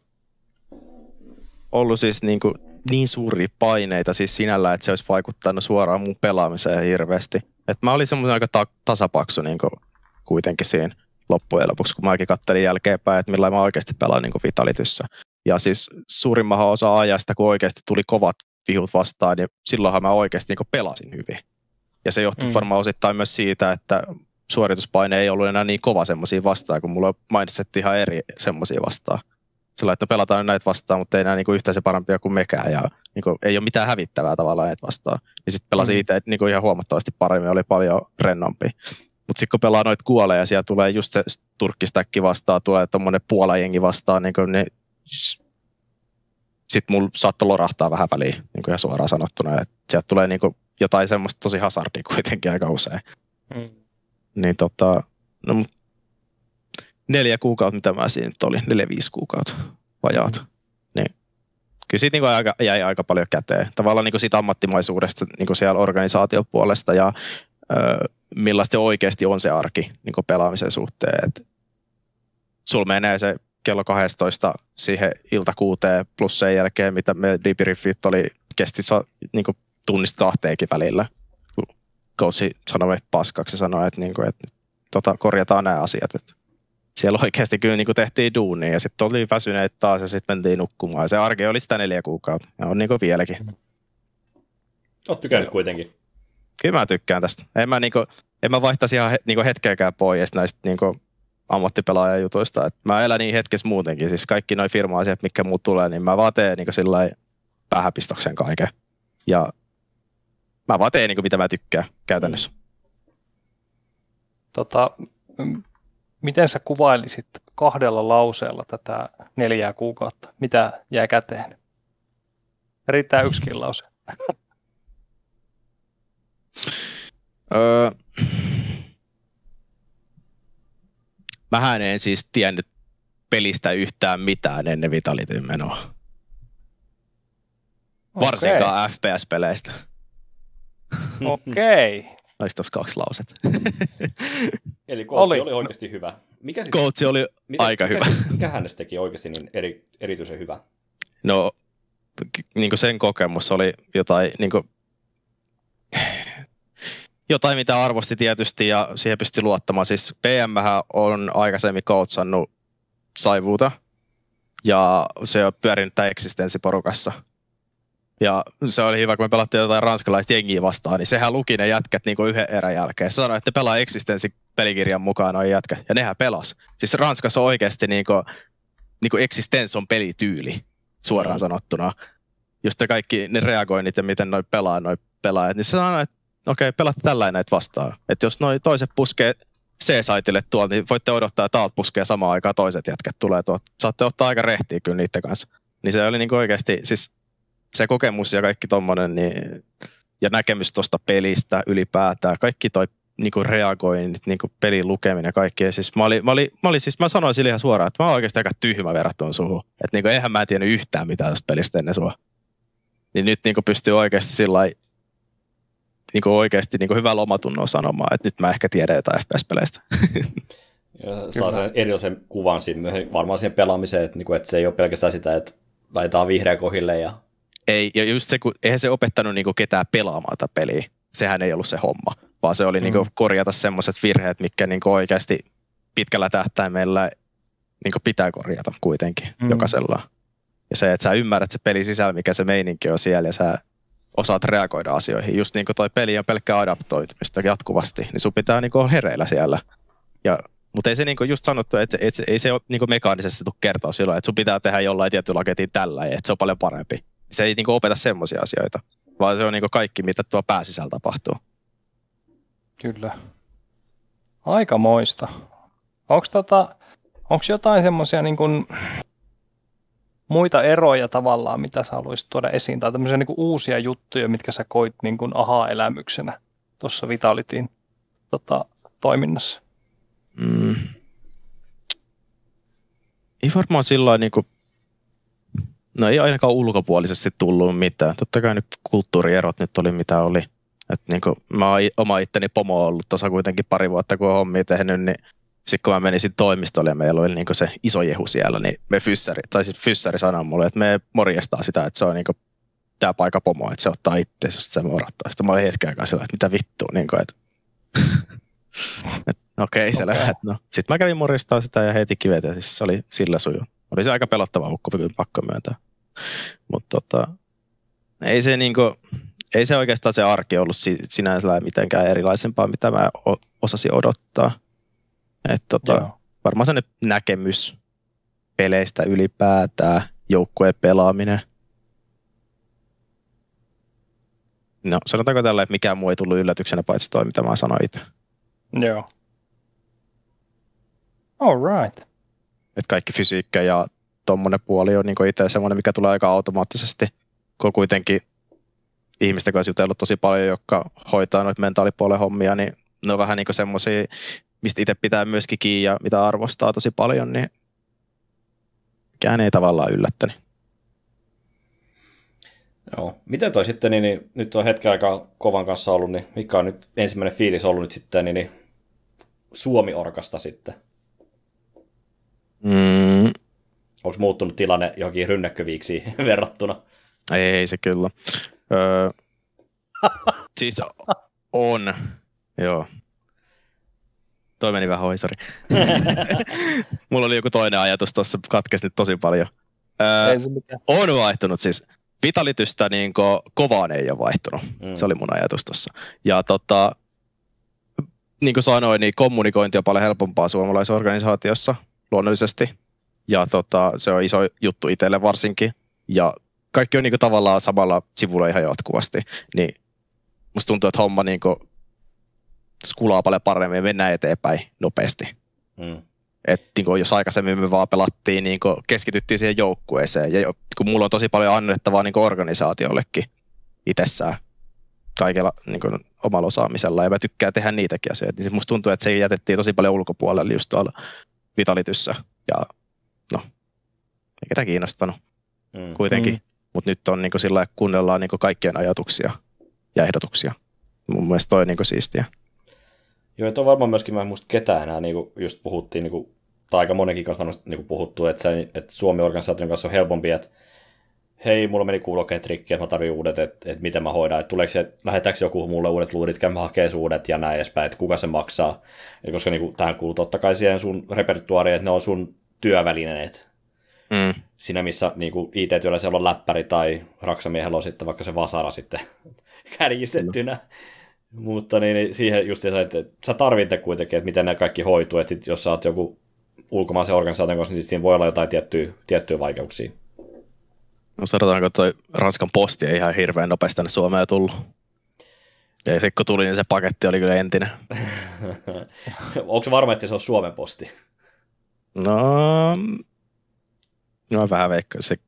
ollut siis niinku niin suuria paineita siis sinällä, että se olisi vaikuttanut suoraan mun pelaamiseen hirveästi. Et mä olin semmoinen aika tasapaksu niinku kuitenkin siinä loppujen lopuksi, kun mäkin kattelin jälkeenpäin, että millä mä oikeasti pelaan niinku Vitalityssä. Ja siis suurimman osa ajasta, kun oikeasti tuli kovat vihut vastaan, niin silloinhan mä oikeasti niinku pelasin hyvin. Ja se johtui varmaan osittain myös siitä, että suorituspaine ei ollut enää niin kova semmoisia vastaan, kun mulla on mindset ihan eri semmoisia vastaan. Sillä että pelataan näitä vastaan, mutta ei enää niinku yhtään se parempia kuin mekään ja niinku, ei ole mitään hävittävää tavallaan näitä vastaan. Ja sitten pelasin itse niinku ihan huomattavasti paremmin, oli paljon rennompi. Mutta sitten kun pelaa noita kuoleja, siellä tulee just se turkkistäkki vastaan, tulee tommonen puolajengi vastaan, niinku, niin sitten mulla saattoi lorahtaa vähän väliin, niinku ihan suoraan sanottuna. Et sieltä tulee niinku jotain semmoista tosi hazardia kuitenkin aika usein. Niin no 4 kuukautta, mitä mä siinä nyt oli, 4-5 kuukautta vajaat. Niin kyllä siitä niinku jäi aika paljon käteen. Tavallaan niinku siitä ammattimaisuudesta niinku siellä organisaatiopuolesta ja millaista oikeasti on se arki niinku pelaamisen suhteen. Et sulla menee se kello 12 siihen ilta 6 plus sen jälkeen, mitä me debriefit kesti niinku tunnista 2 välillä. Coachi sanoi paskaksi ja sanoi, että, niinku, että korjataan nämä asiat. Että siellä oikeasti kyllä niinku tehtiin duunia ja sitten oli väsyneet taas ja sitten mentiin nukkumaan. Ja se arki oli sitä 4 kuukautta ja on niinku vieläkin. Oot tykännyt kuitenkin. Kyllä mä tykkään tästä. En mä vaihtaisi ihan niinku hetkeäkään pois näistä niinku ammattipelaajajutuista. Et mä elän niin hetkessä muutenkin. Siis kaikki noi firma-asiat, mitkä muut tulee, niin mä vaan teen niinku sillai päähäpistoksen kaiken. Ja mä vaan teen niinku mitä mä tykkään käytännössä. Miten sä kuvailisit 2 lauseella tätä 4 kuukautta? Mitä jää käteen? Riittää 1 lause. Mähän en siis tiennyt pelistä yhtään mitään ennen Vitalityn menoa. Varsinkaan FPS-peleistä. Okei. Olisi tuossa 2 lausetta. Eli Coach oli oikeasti hyvä. Coach oli aika hyvä. Mikä hänestä teki oikeasti niin erityisen hyvä? No, niin sen kokemus oli jotain, jotain, mitä arvosti tietysti ja siihen pystyi luottamaan. Siis PM on aikaisemmin coachannut Saivuuta ja se on pyörinyt tämän eksistenssiporukassa. Ja se oli hyvä, kun me pelattiin jotain ranskalaista jengiä vastaan, niin sehän luki ne jätkät niin kuin yhden erän jälkeen. Se sanoi, että ne pelaa Existence-pelikirjan mukaan noin jätkät, ja nehän pelas. Siis Ranskassa on oikeasti niin kuin Existence on pelityyli, suoraan sanottuna. Just kaikki ne reagoinnit ja miten noi pelaajat, niin se sanoi, että okei, pelaatte tällainen näitä vastaan. Että jos noi toiset puskee C-saitille tuolta, niin voitte odottaa, että täältä puskee samaan aikaan toiset jätkät tulee tuolta. Saatte ottaa aika rehtiä kyllä niiden kanssa. Niin se oli niin kuin oikeasti, siis se kokemus ja kaikki tommonen, niin, ja näkemys tuosta pelistä ylipäätään, kaikki toi niinku reagoinnit, niinku pelin lukeminen ja kaikki. Ja siis mä sanoin sille ihan suoraan, että mä oon oikeasti aika tyhmä verrattuna suhun. Että niinku eihän mä en tiennyt yhtään mitään tästä pelistä ennen sua. Niin nyt niinku pystyy oikeasti sillai, niinku oikeasti niinku hyvällä omatunnolla sanomaan, että nyt mä ehkä tiedän jotain FPS-peleistä. Ja saa sen erilaisen kuvan siinä, varmaan siihen pelaamiseen, että se ei ole pelkästään sitä, että laitetaan vihreä kohille ja ei, ja just se, kun eihän se opettanut niinku ketään pelaamaan tätä peliä. Sehän ei ollut se homma, vaan se oli niinku korjata semmoiset virheet, mitkä niinku oikeasti pitkällä tähtäimellä niinku pitää korjata kuitenkin jokaisella. Ja se, että sä ymmärrät se peli sisällä, mikä se meininki on siellä, ja sä osaat reagoida asioihin. Just niin kuin toi peli on pelkkää adaptoitumista jatkuvasti, niin sun pitää niinku olla hereillä siellä. Mutta ei se niinku just sanottu, että ei se ole niinku mekaanisesti tule kertoa silloin, että sun pitää tehdä jollain tietyllä ketin tällä, ja että se on paljon parempi. Se ei niinku opeta semmoisia asioita, vaan se on niinku kaikki, mitä tuo pääsisällä tapahtuu. Kyllä. Aikamoista. Onko jotain semmoisia niin kuin muita eroja tavallaan, mitä sä haluaisit tuoda esiin, tai tämmöisiä niin kuin uusia juttuja, mitkä sä koit niin kuin aha-elämyksenä tuossa Vitalityin toiminnassa? Ei varmaan sillain niinku, no ei ainakaan ulkopuolisesti tullut mitään. Totta kai nyt kulttuurierot nyt oli mitä oli. Et niinku, mä oon oma itteni pomo ollut tuossa kuitenkin pari vuotta, kun on hommia tehnyt, niin sitten kun mä menisin toimistolle ja meillä oli niinku se iso jehu siellä, niin fyssäri sanoi mulle, että me morjestaa sitä, että se on niinku tää paikka pomo, että se ottaa itseäsi, jos se morottaa. Sitten mä olin hetken aikaa sillä, että mitä vittua, niinku, että okei, se lähdet. No. Sitten mä kävin morjestaa sitä ja heitin kivet ja siis se oli sillä suju. Oli se aika pelottava ukko, kyllä pakko myöntää. Mutta ei se oikeastaan se arki ollut sinänsä mitenkään erilaisempaa, mitä mä osasin odottaa. Varmaan sellainen näkemys peleistä ylipäätään, joukkueen pelaaminen. No, sanotaanko tällä, että mikään muu ei tullut yllätyksenä, paitsi toi, mitä mä sanoin itse. Joo. All right. Että kaikki fysiikka ja tommonen puoli on niin itse semmoinen, mikä tulee aika automaattisesti, kun kuitenkin ihmisten kanssa jutellut tosi paljon, jotka hoitaa noita mentaalipuolen hommia, niin ne on vähän niin semmoisia, mistä itse pitää myöskin kiinni ja mitä arvostaa tosi paljon, niin mikään ei tavallaan yllättänyt. Joo. Miten toi sitten, niin nyt on hetken aikaa kovan kanssa ollut, niin mikä on nyt ensimmäinen fiilis ollut nyt sitten, niin Suomi-orkasta sitten? Onko muuttunut tilanne johonkin rynnäkköviiksiin verrattuna? Ei se kyllä. Siis on. Joo. Toi meni vähän ohi, sori. Mulla oli joku toinen ajatus tuossa, katkesi nyt tosi paljon. On vaihtunut siis. Vitalitystä niin kovaan ei ole vaihtunut. Se oli mun ajatus tuossa. Ja niin kuin sanoin, niin kommunikointi on paljon helpompaa suomalaisorganisaatiossa luonnollisesti. Ja se on iso juttu itselle varsinkin. Ja kaikki on niin kuin tavallaan samalla sivulla ihan jatkuvasti. Niin musta tuntuu, että homma niin kuin skulaa paljon paremmin ja mennään eteenpäin nopeasti. Että niin jos aikaisemmin me vaan pelattiin, niin keskityttiin siihen joukkueeseen. Ja kun mulla on tosi paljon annettavaa niin organisaatiollekin itsessään kaikella niin omalla osaamisella. Ja mä tykkään tehdä niitäkin asioita. Niin musta tuntuu, että se jätettiin tosi paljon ulkopuolelle just tuolla Vitalityssä. Ja no, ei ketään kiinnostanut kuitenkin. Mutta nyt on niin sillä lailla, kuunnellaan niin kaikkien ajatuksia ja ehdotuksia. Mun mielestä toi niinku siistiä. Joo, että on varmaan myöskin, mä en muista ketään enää, niin kuin just puhuttiin, niin kuin, tai aika monenkin kanssa varmasti niin puhuttu, että Suomi-organisaation kanssa on helpompi, että hei, mulla meni kuulokkeet rikki, että mä tarvitsen uudet, että miten mä hoidan, että tuleeko se, lähettääkö joku mulle uudet luudit, käyn mä hakee uudet ja näin edespäin, että kuka se maksaa, ja koska niin kuin, tähän kuuluu totta kai siihen sun repertuaariin, että ne on sun työvälineet. Siinä missä niin kuin IT-työllä siellä on läppäri tai raksamiehellä on sitten vaikka se vasara sitten kärjistettynä. Mutta niin siihen just se, että sä tarvitset kuitenkin, että miten ne kaikki hoituu, että sit, jos sä oot joku ulkomaisen organisaation kanssa, niin siinä voi olla jotain tiettyjä vaikeuksia. No sanotaanko toi Ranskan posti ei ihan hirveän nopeasti tänne Suomeen tullut. Ja sitten kun tuli, niin se paketti oli kyllä entinen. Onko se varma, että se on Suomen posti? No vähän veikkaan se.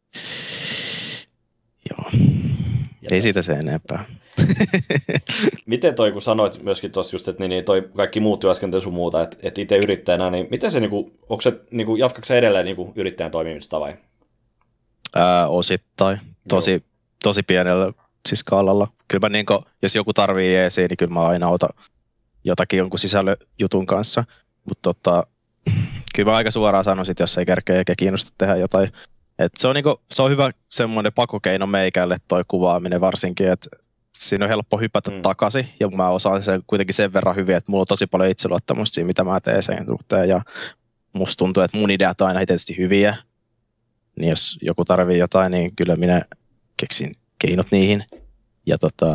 Joo. Ei siitä se enempää. Miten toi, kun sanoit myöskin tuossa just, että niin toi kaikki muut työskentely sun muuta, että itse yrittäjänä, niin miten se, niinku, onko se, niinku, jatkatko se edelleen niinku, yrittäjän toimimista vai? Osittain. Tosi pienellä siis skaalalla. Kyllä mä niinku, jos joku tarvii jeesiä, niin kyllä mä aina otan jotakin jonkun sisällöjutun kanssa. Mutta kyllä mä aika suoraan sanon sit, jos ei kerkeä eikä kiinnosta tehdä jotain. Et se on hyvä semmoinen pakokeino meikälle toi kuvaaminen varsinkin, että siinä on helppo hypätä takaisin, ja mä osaan sen kuitenkin sen verran hyvin, että mulla on tosi paljon itseluottamusta siinä, mitä mä teen sen suhteen, ja musta tuntuu, että mun ideat on aina tietysti hyviä, niin jos joku tarvii jotain, niin kyllä minä keksin keinot niihin, ja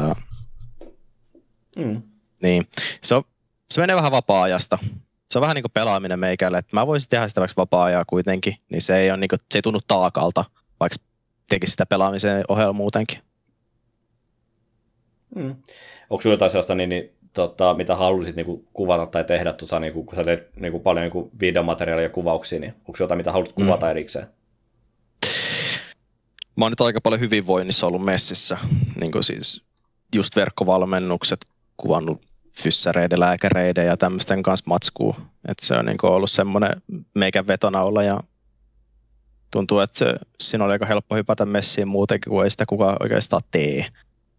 niin, se menee vähän vapaa-ajasta. Se on vähän niin kuin pelaaminen meikälle, että mä voisin tehdä sitä vaikka vapaa-ajaa kuitenkin, niin se ei, ole niin kuin, se ei tunnu taakalta, vaikka tekisi sitä pelaamisen ohella muutenkin. Onko sinulla jotain sellaista, mitä haluaisit niin kuvata tai tehdä, niin kun sä teet niin paljon niin videomateriaalia ja kuvauksia, niin onko jotain, mitä haluaisit kuvata erikseen? Mä oon nyt aika paljon hyvinvoinnissa ollut messissä, niin kuin siis just verkkovalmennukset, kuvannut fyssäreiden, lääkäreiden ja tämmöisten kanssa matskuu. Että se on niin kuin ollut semmoinen meikän vetona olla ja tuntuu, että siinä oli aika helppo hypätä messiin muutenkin, kun ei sitä kukaan oikeastaan tee.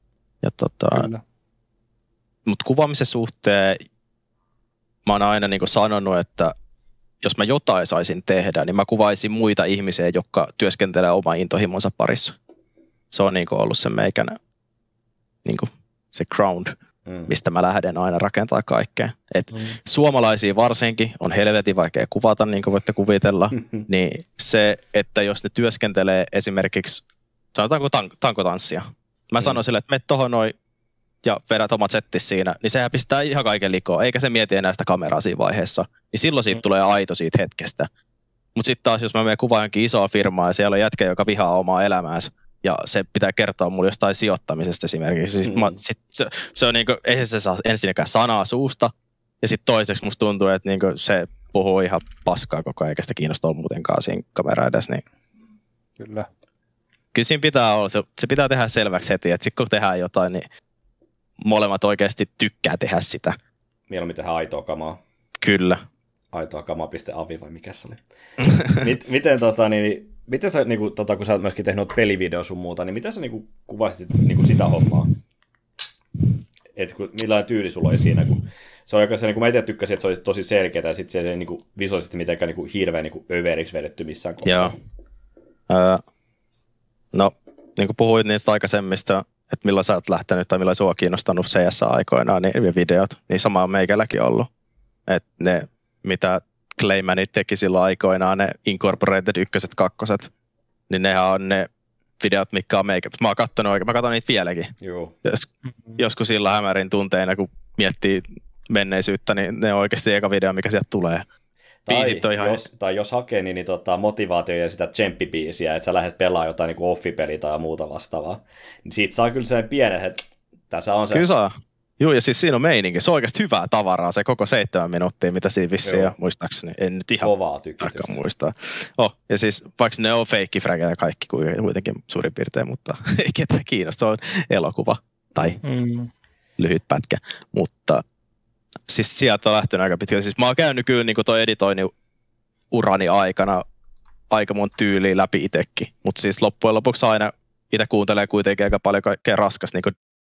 Mutta kuvaamisen suhteen mä oon aina niin kuin sanonut, että jos mä jotain saisin tehdä, niin mä kuvaisin muita ihmisiä, jotka työskentelee oman intohimonsa parissa. Se on niin kuin ollut se meikän niin kuin se ground, mistä mä lähden aina rakentaa kaikkea. Suomalaisia varsinkin on helvetin vaikea kuvata, niin kuin voitte kuvitella. Niin se, että jos ne työskentelee esimerkiksi, sanotaanko tankotanssia. Mä sanon sille, että mene tohon noin ja vedät omat settis siinä, niin sehän pistää ihan kaiken likoon, eikä se mieti enää sitä kameraa siinä vaiheessa. Niin silloin siitä tulee aito siitä hetkestä. Mutta sitten taas, jos mä menen kuvaan jonkin isoa firmaa ja siellä on jätkä, joka vihaa omaa elämäänsä, ja se pitää kertoa mulle jostain sijoittamisesta esimerkiksi. Se on niinku, eihän se saa ensinnäkään sanaa suusta, ja sitten toiseksi musta tuntuu, että niinku se puhuu ihan paskaa koko ajan, eikä sitä kiinnostaa muutenkaan siinä kamera edes. Niin. Kyllä Siinä pitää olla, se pitää tehdä selväksi heti, että sitten kun tehdään jotain, niin molemmat oikeasti tykkää tehdä sitä. Mieluummin tehdään aitoa kamaa. Kyllä. Aitoakamaa.avi vai mikä se oli? Miten sä, kun sä oot myöskin tehnyt pelivideo sun muuta, niin miten sä kuvasit sitä hommaa? Millainen tyyli sulla oli siinä? Kun se on aika se, mä itse tykkäsin, että se oli tosi selkeää ja sitten se ei visuaalisesti mitenkään hirveän överiksi vedetty missään kohtaa. Joo. No, niin kuin puhuit niistä aikaisemmista, että milloin sä oot lähtenyt tai milloin sua on kiinnostanut CS-aikoinaan, niin videot, niin sama on meikälläkin ollut. Että ne, mitä Claymanit teki silloin aikoinaan, ne Incorporated 1, 2, niin nehän on ne videot, mitkä on meikä. Mä katson niitä vieläkin. Joo. Joskus sillä hämärin tunteina, kun miettii menneisyyttä, niin ne on oikeasti eka video, mikä sieltä tulee. Jos hakee niin motivaatio ja sitä tsemppibiisiä, että sä lähdet pelaamaan jotain niin offipeliä tai muuta vastaavaa, niin siitä saa kyllä sen pienen, että tässä on se. Kyllä saa. Joo, ja siis siinä on meininki. Se on oikeasti hyvää tavaraa, se koko 7 minuuttia, mitä siinä vissiin on, muistaakseni. En nyt ihan kovaa tykitystä muistaa. Ja siis vaikka ne on feikkifrägejä kaikki kuitenkin suurin piirtein, mutta ei ketään kiinnosta. Se on elokuva tai lyhyt pätkä, mutta siis sieltä on lähtenyt aika pitkälle. Siis mä oon käynyt kyllä niin toi editoinnin urani aikana aika monta tyyliä läpi itsekin, mutta siis loppujen lopuksi aina itse kuuntelee kuitenkin aika paljon kaikkea raskas niin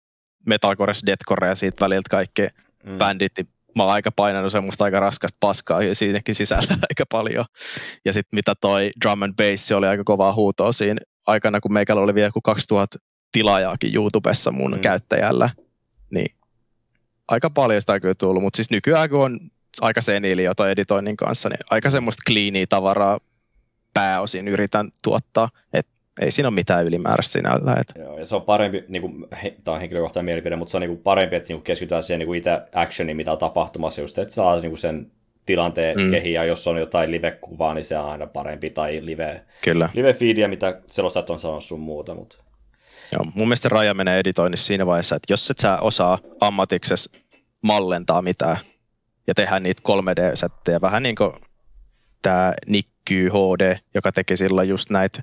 metalcore, deathcore ja siitä väliltä kaikki bändit, niin mä oon aika painanut semmoista aika raskasta paskaa ja siinäkin sisällä aika paljon. Ja sitten mitä toi drum and bass oli aika kovaa huutoa siinä aikana, kun meikällä oli vielä joku 2000 tilaajaakin YouTubessa mun käyttäjällä, niin aika paljon sitä on kyllä tullut, mutta siis nykyään kun on aika seniili jo toi editoinnin kanssa, niin aika semmoista cleania tavaraa pääosin yritän tuottaa, että ei siinä ole mitään ylimääräistä sinällä. Joo, ja se on parempi, niin kuin, tämä on henkilökohtainen mielipide, mutta se on niin kuin parempi, että niin kuin keskitytään siihen niin kuin itse actioniin, mitä on tapahtumassa, just, että saa niin kuin sen tilanteen kehiin, ja jos on jotain live-kuvaa, niin se on aina parempi, tai live-feedia, mitä selostajat on sanonut sun muuta. Mutta. Joo, mun mielestä raja menee editoinnissa siinä vaiheessa, että jos et sä osaa ammatiksessa mallentaa mitään, ja tehdä niitä 3D-settejä, vähän niin kuin tämä Nikky HD, joka teki silloin just näitä,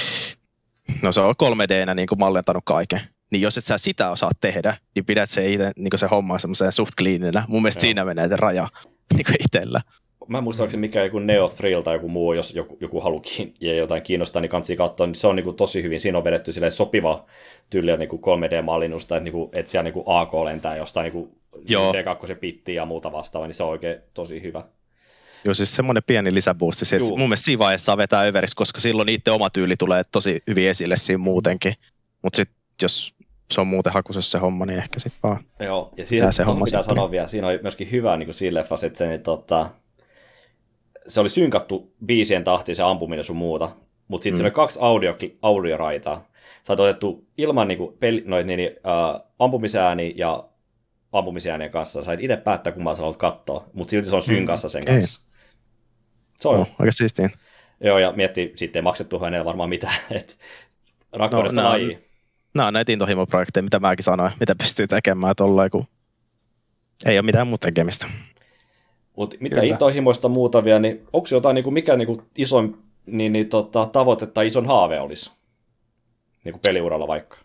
no se on 3D:nä niin kuin mallentanut kaiken. Niin jos et sä sitä osaa tehdä, niin pidät se itse, niin kuin se homma semmoiseen suht cleaninä. Mun mielestä siinä menee se raja niin kuin itsellä. Mä en muista, onko se mikä joku Neo Thrill tai joku muu, jos joku haluaa ja jotain kiinnostaa, niin kannattaa katsoa, niin se on niin kuin tosi hyvin. Siinä on vedetty sopiva tyyliä niin 3D-mallinnusta, että, niin kuin, että siellä niin kuin AK lentää jostain niin kuin D2-pittiä ja muuta vastaavaa, niin se on oikein tosi hyvä. Joo, siis semmoinen pieni lisäboosti. Siis mun mielestä siinä vaiheessa saa vetää överiksi, koska silloin itse oma tyyli tulee tosi hyvin esille siinä muutenkin. Mutta sitten jos se on muuten hakusessa se homma, niin ehkä sitten vaan. Joo, ja siinä se homma pitää sanoa vielä, siinä oli myöskin hyvä niin siinä leffassa, että se oli synkattu biisien tahtiin se ampuminen sun muuta, mutta sitten se oli 2 audioraitaa. Sä oot otettu ilman niinku ampumisääni ja ampumisäänien kanssa. Sait itse päättää, kun mä haluat katsoa, mutta silti se on synkassa sen kanssa. Se on aika siistiä. Joo, ja mietti, sitten ei maksettu hänelle varmaan mitään, että rakkaudesta lajiin. Nämä on näitä intohimoprojekteja, mitä mäkin sanoin, mitä pystyy tekemään tolleen, kun ei ole mitään muuta tekemistä. Mutta mitä intohimoista muuta vielä, niin onko jotain, niin kuin, mikä niin kuin isoin tavoite tai ison haave olisi? Niin kuin peliuralla vaikka.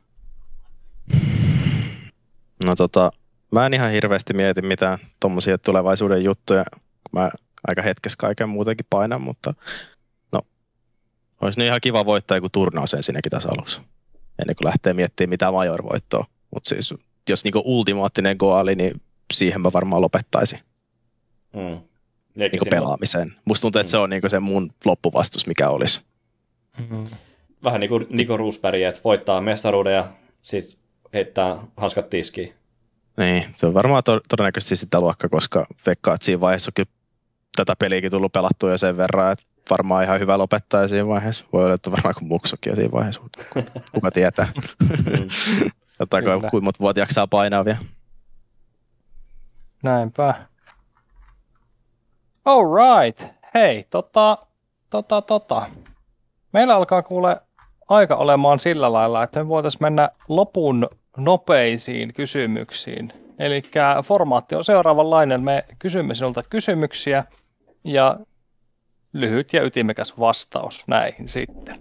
No mä en ihan hirveästi mieti mitään tommosia tulevaisuuden juttuja, kun mä aika hetkessä kaiken muutenkin painan, mutta no, olisi ihan kiva voittaa joku turnaus ensinnäkin tässä alussa, ennen kuin lähtee miettimään mitään major-voittoa. Mutta siis, jos niinku ultimaattinen goali, niin siihen mä varmaan lopettaisin. Niinku pelaamiseen. Musta tuntuu, että se on niinku se mun loppuvastus, mikä olisi. Vähän niin kuin Niko Roosberg, että voittaa mestaruuden ja sitten heittää hanskat tiskiin. Niin, se on varmaan todennäköisesti sitä luokka, koska veikkaa, että siinä vaiheessa on kyllä tätä peliäkin tullut pelattua jo sen verran, että varmaan ihan hyvä lopettaa siinä vaiheessa. Voi olla, että varmaan kuin muksokin jo siinä vaiheessa, kuka tietää. Jotaiko kuinka monta vuotta jaksaa painaa vielä. Näinpä. All right. Hei, meillä alkaa kuule aika olemaan sillä lailla, että me voitaisiin mennä lopun nopeisiin kysymyksiin. Eli formaatti on seuraavanlainen. Me kysymme sinulta kysymyksiä ja lyhyt ja ytimekäs vastaus näihin sitten.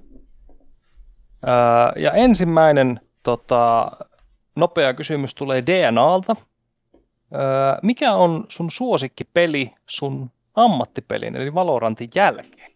Ja ensimmäinen nopea kysymys tulee DNAlta. Mikä on sun suosikkipeli sun ammattipelin, eli Valorantin jälkeen?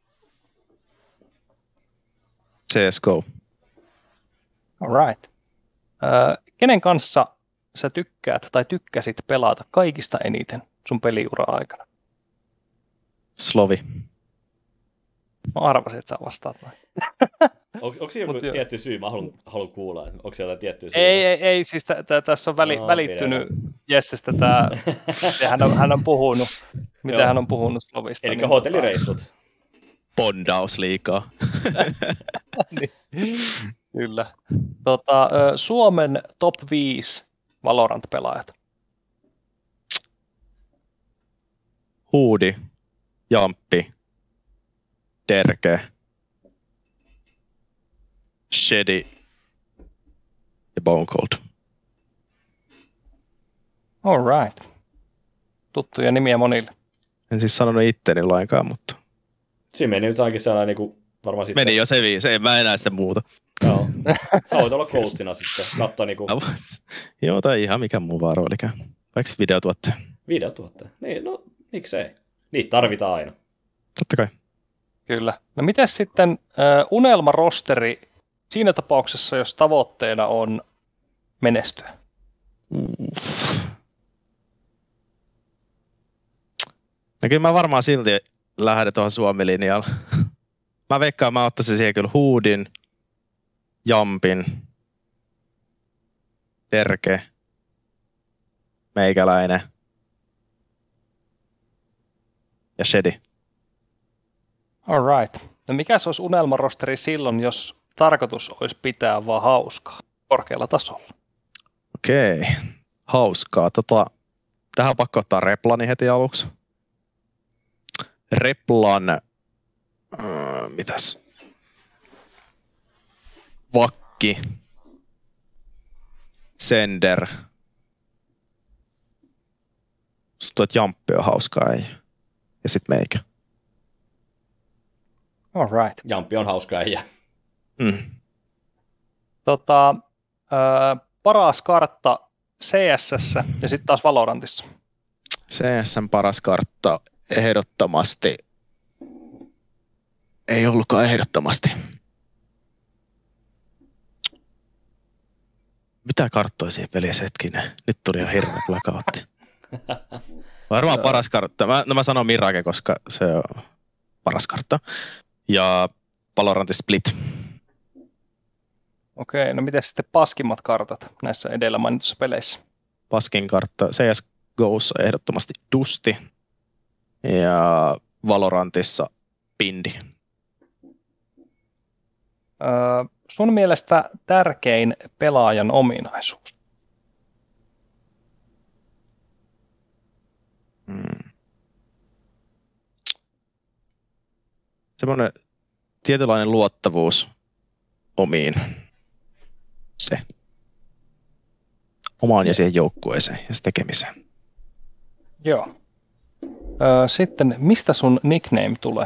CSGO. All right. Kenen kanssa sä tykkäät tai tykkäsit pelata kaikista eniten sun peliura-aikana? Slovi. Mä arvasin, että sä vastaat näin. Onko siinä joku tietty syy? Mä haluan kuulla. Onko siellä jotain tiettyä syy? Ei siis tässä on välittynyt Jessestä tämä, hän on puhunut, mitä hän on puhunut Slovista. Eli niin hotellireissut. Bondaus liikaa. Niin. Kyllä. Suomen top 5 Valorant-pelaajat. Huudi, Jamppi, Derke, Shedi ja Bone Cold. All right. Tuttuja nimiä monille. En siis sanonut itteni lainkaan, mutta... Siinä meni nyt ainakin sellainen niin varmaan sitten... Meni jo se viisi, en mä enää sitä muuta. Joo. Sä voit olla coachina sitten, katsoa niinku... Joo, tai ihan mikä muu vaan roolikään. Vaikka videotuottaja. Videotuottaja? Niin, no miksei. Niitä tarvitaan aina. Totta kai. Kyllä. No mites sitten unelmarosteri siinä tapauksessa, jos tavoitteena on menestyä? No kyllä mä varmaan silti lähden tuohon Suomi-linjalle. Mä veikkaan, mä ottaisin siihen kyllä Hoodin, Jampin, Derke, meikäläinen ja Shedi. Alright. No mikä se olisi unelmarosteri silloin, jos tarkoitus olisi pitää vaan hauskaa korkealla tasolla? Okei, hauskaa. Tähän on pakko ottaa Replani heti aluksi. Replan, mitäs? Vakki, Sender. Tuntuu, että Jamppi on hauskaa ei. Ja sit meikä. Alright. Jampi on hauska äijä. Paras kartta CS:ssä ja sitten taas Valorantissa. CS:n paras kartta ehdottomasti. Ei ollutkaan ehdottomasti. Mitä karttoja siinä pelissä hetkinen? Nyt tuli ihan hirveä blackout. Varmaan paras kartta. Mä sanon Mirage, koska se on paras kartta. Ja Valorantin Split. Okei, no miten sitten paskimmat kartat näissä edellä mainituissa peleissä? Paskin kartta CSGOssa ehdottomasti Dusti. Ja Valorantissa Pindi. Sun mielestä tärkein pelaajan ominaisuus? Semmoinen tietynlainen luottavuus omiin. Se. Omaan ja siihen joukkueeseen ja se tekemiseen. Joo. Sitten, mistä sun nickname tulee?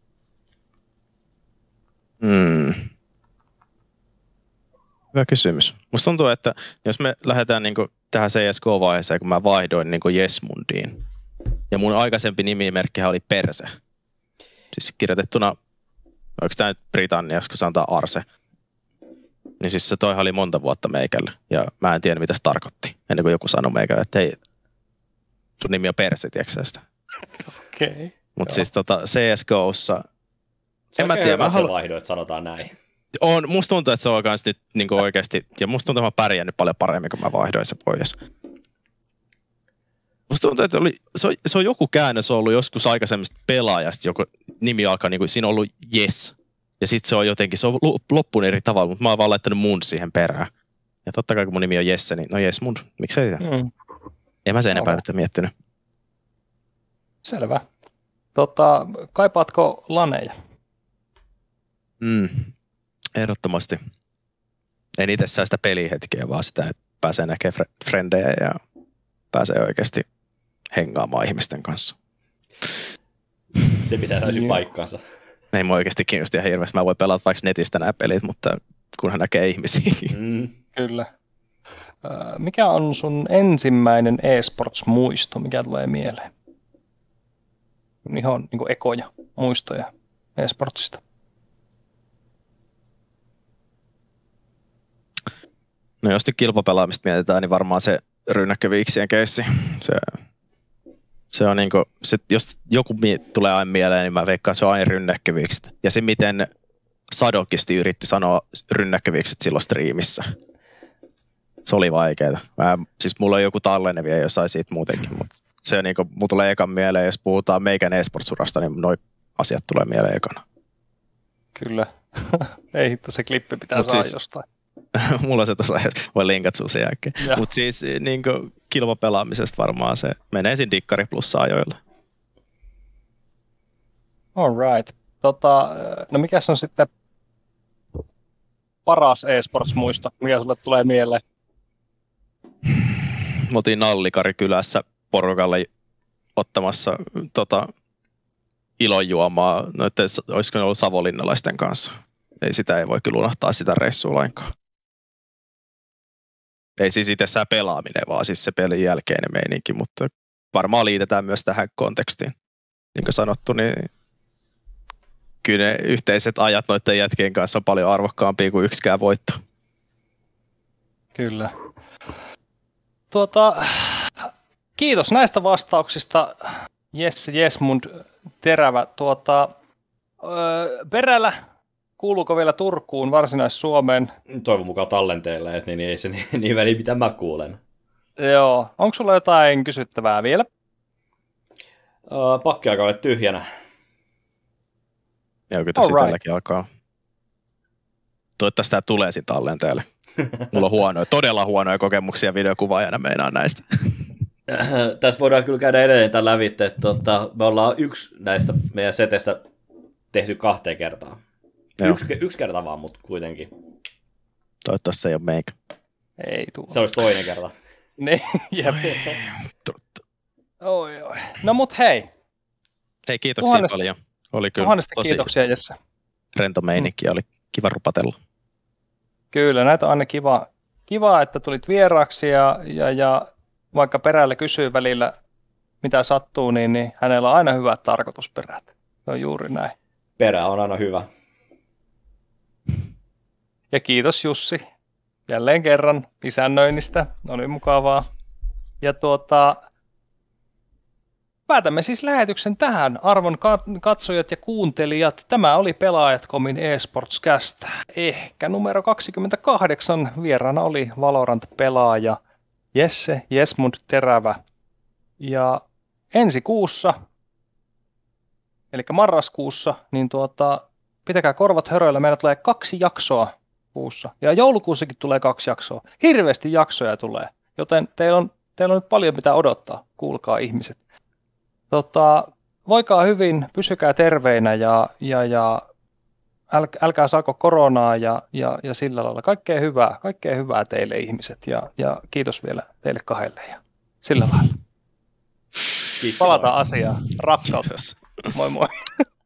Hyvä kysymys. Musta tuntuu, että jos me lähdetään niinku tähän CSGO-vaiheeseen, kun mä vaihdoin niinku Jesmundiin, ja mun aikaisempi nimimerkkihän oli Perse. Siis kirjoitettuna, onko tämä nyt Britanniassa, kun sanotaan Arse, niin siis se toihan oli monta vuotta meikällä, ja mä en tiedä, mitä se tarkoitti, ennen kuin joku sanoi meikällä, että hei, sun nimi on Perse, tiedätkö sitä? Okei. Mutta siis CSGOssa, Se en mä tiedä, mä vaihdoit, sanotaan näin. Musta tuntuu, että se on kans nyt niinku oikeasti, ja musta tuntuu, että mä pärjännyt paljon paremmin, kun mä vaihdoin se pois. Musta tuntuu, että se on joku käännös ollut joskus aikaisemmista pelaajasta, joku nimi alkaa, niin kuin, siinä on ollut yes. Ja sit se on jotenkin, se on loppuun eri tavalla, mutta mä oon vaan laittanut mun siihen perään. Ja totta kai kun mun nimi on Jesse, niin no yes mun, miksei sitä? En mä sen enempää nyt miettinyt. Selvä. Kaipaatko laneja? Ehdottomasti. En itse saa sitä pelihetkeä, vaan sitä, että pääsee näkemään frendejä ja pääsee oikeasti hengaamaan ihmisten kanssa. Se pitää täysin paikkaansa. Ei mua oikeasti kiinnosti ihan hirveästi. Mä voin pelata vaikka netistä nämä pelit, mutta kunhan näkee ihmisiä. Kyllä. Mikä on sun ensimmäinen eSports-muisto, mikä tulee mieleen? Ihan niin kuin ekoja muistoja eSportsista. No jos nyt kilpapelaamista mietitään, niin varmaan se rynnäkköviiksien keissi. Se on niinku, jos joku tulee aina mieleen, niin mä veikkaan, se on aina rynnäkköviikset. Ja se, miten Sadokisti yritti sanoa rynnäkköviikset silloin striimissä. Se oli vaikeeta. Siis mulla on joku tallenne vielä jossain siitä muutenkin, mutta se niinku, mulla tulee ekan mieleen, jos puhutaan meikän eSports-urasta, niin noi asiat tulee mieleen ekana. Kyllä. Ei hitto, se klippi pitää saada siis jostain. Mulla se tuossa voi linkata sun sen jälkeen. Mutta siis niin kilpapelaamisesta varmaan se menee siinä Dikkari Plussa-ajoilla. Alright. No mikäs on sitten paras eSports-muisto? Mikä sulle tulee mieleen? Me oltiin Nallikari kylässä porukalle ottamassa ilonjuomaa. Olisiko ne ollut savonlinnalaisten kanssa? Sitä ei voi kyllä unohtaa sitä reissua lainkaan. Ei siis itsessään pelaaminen, vaan siis se pelin jälkeinen meininki, mutta varmaan liitetään myös tähän kontekstiin. Niin kuin sanottu, niin kyllä ne yhteiset ajat noiden jätkien kanssa on paljon arvokkaampia kuin yksikään voitto. Kyllä. Kiitos näistä vastauksista, Jesse Jesmund Terävä. Perällä, kuuluuko vielä Turkuun, Varsinais-Suomeen? Toivon mukaan tallenteelle, että niin ei se niin väliä, mitä mä kuulen. Joo. Onko sulla jotain kysyttävää vielä? Pakki alkaa olla tyhjänä. Joo, kyllä tässä tälläkin alkaa. Toivottavasti tämä tulee sitten tallenteelle. Mulla on todella huonoja kokemuksia videokuvaajana meinaan näistä. Tässä voidaan kyllä käydä edelleen tämän lävitse, että me ollaan yksi näistä meidän seteistä tehty 2 kertaa. Yksi kerta vaan, mutta kuitenkin. Toivottavasti se ei ole meikä. Ei tule. Se olisi toinen kerta. Ne, jep. Oi. No mut hei. Hei, kiitoksia paljon. Oli kyllä tosi kiitoksia, Jesse. Rento meininki ja oli kiva rupatella. Kyllä, näitä on aina kiva, että tulit vieraaksi ja vaikka Perälle kysyy välillä, mitä sattuu, niin hänellä on aina hyvät tarkoitusperät. Se on juuri näin. Perä on aina hyvä. Ja kiitos Jussi jälleen kerran isännöinnistä. Oli mukavaa. Ja päätämme siis lähetyksen tähän, arvon katsojat ja kuuntelijat. Tämä oli Pelaajat.comin eSportscast. Ehkä numero 28. Vieraana oli Valorant-pelaaja Jesse Jesmund Terävä. Ja ensi kuussa, eli marraskuussa, niin pitäkää korvat höröillä. Meillä tulee 2 jaksoa kuussa. Ja joulukuussakin tulee 2 jaksoa. Hirveästi jaksoja tulee, joten teillä on nyt paljon mitä odottaa. Kuulkaa ihmiset. Voikaa hyvin, pysykää terveinä ja älkää saako koronaa ja sillä lailla. Kaikkea hyvää teille ihmiset ja kiitos vielä teille 2 ja sillä lailla. Kiitos. Palataan asiaan. Rakkautta. Moi moi.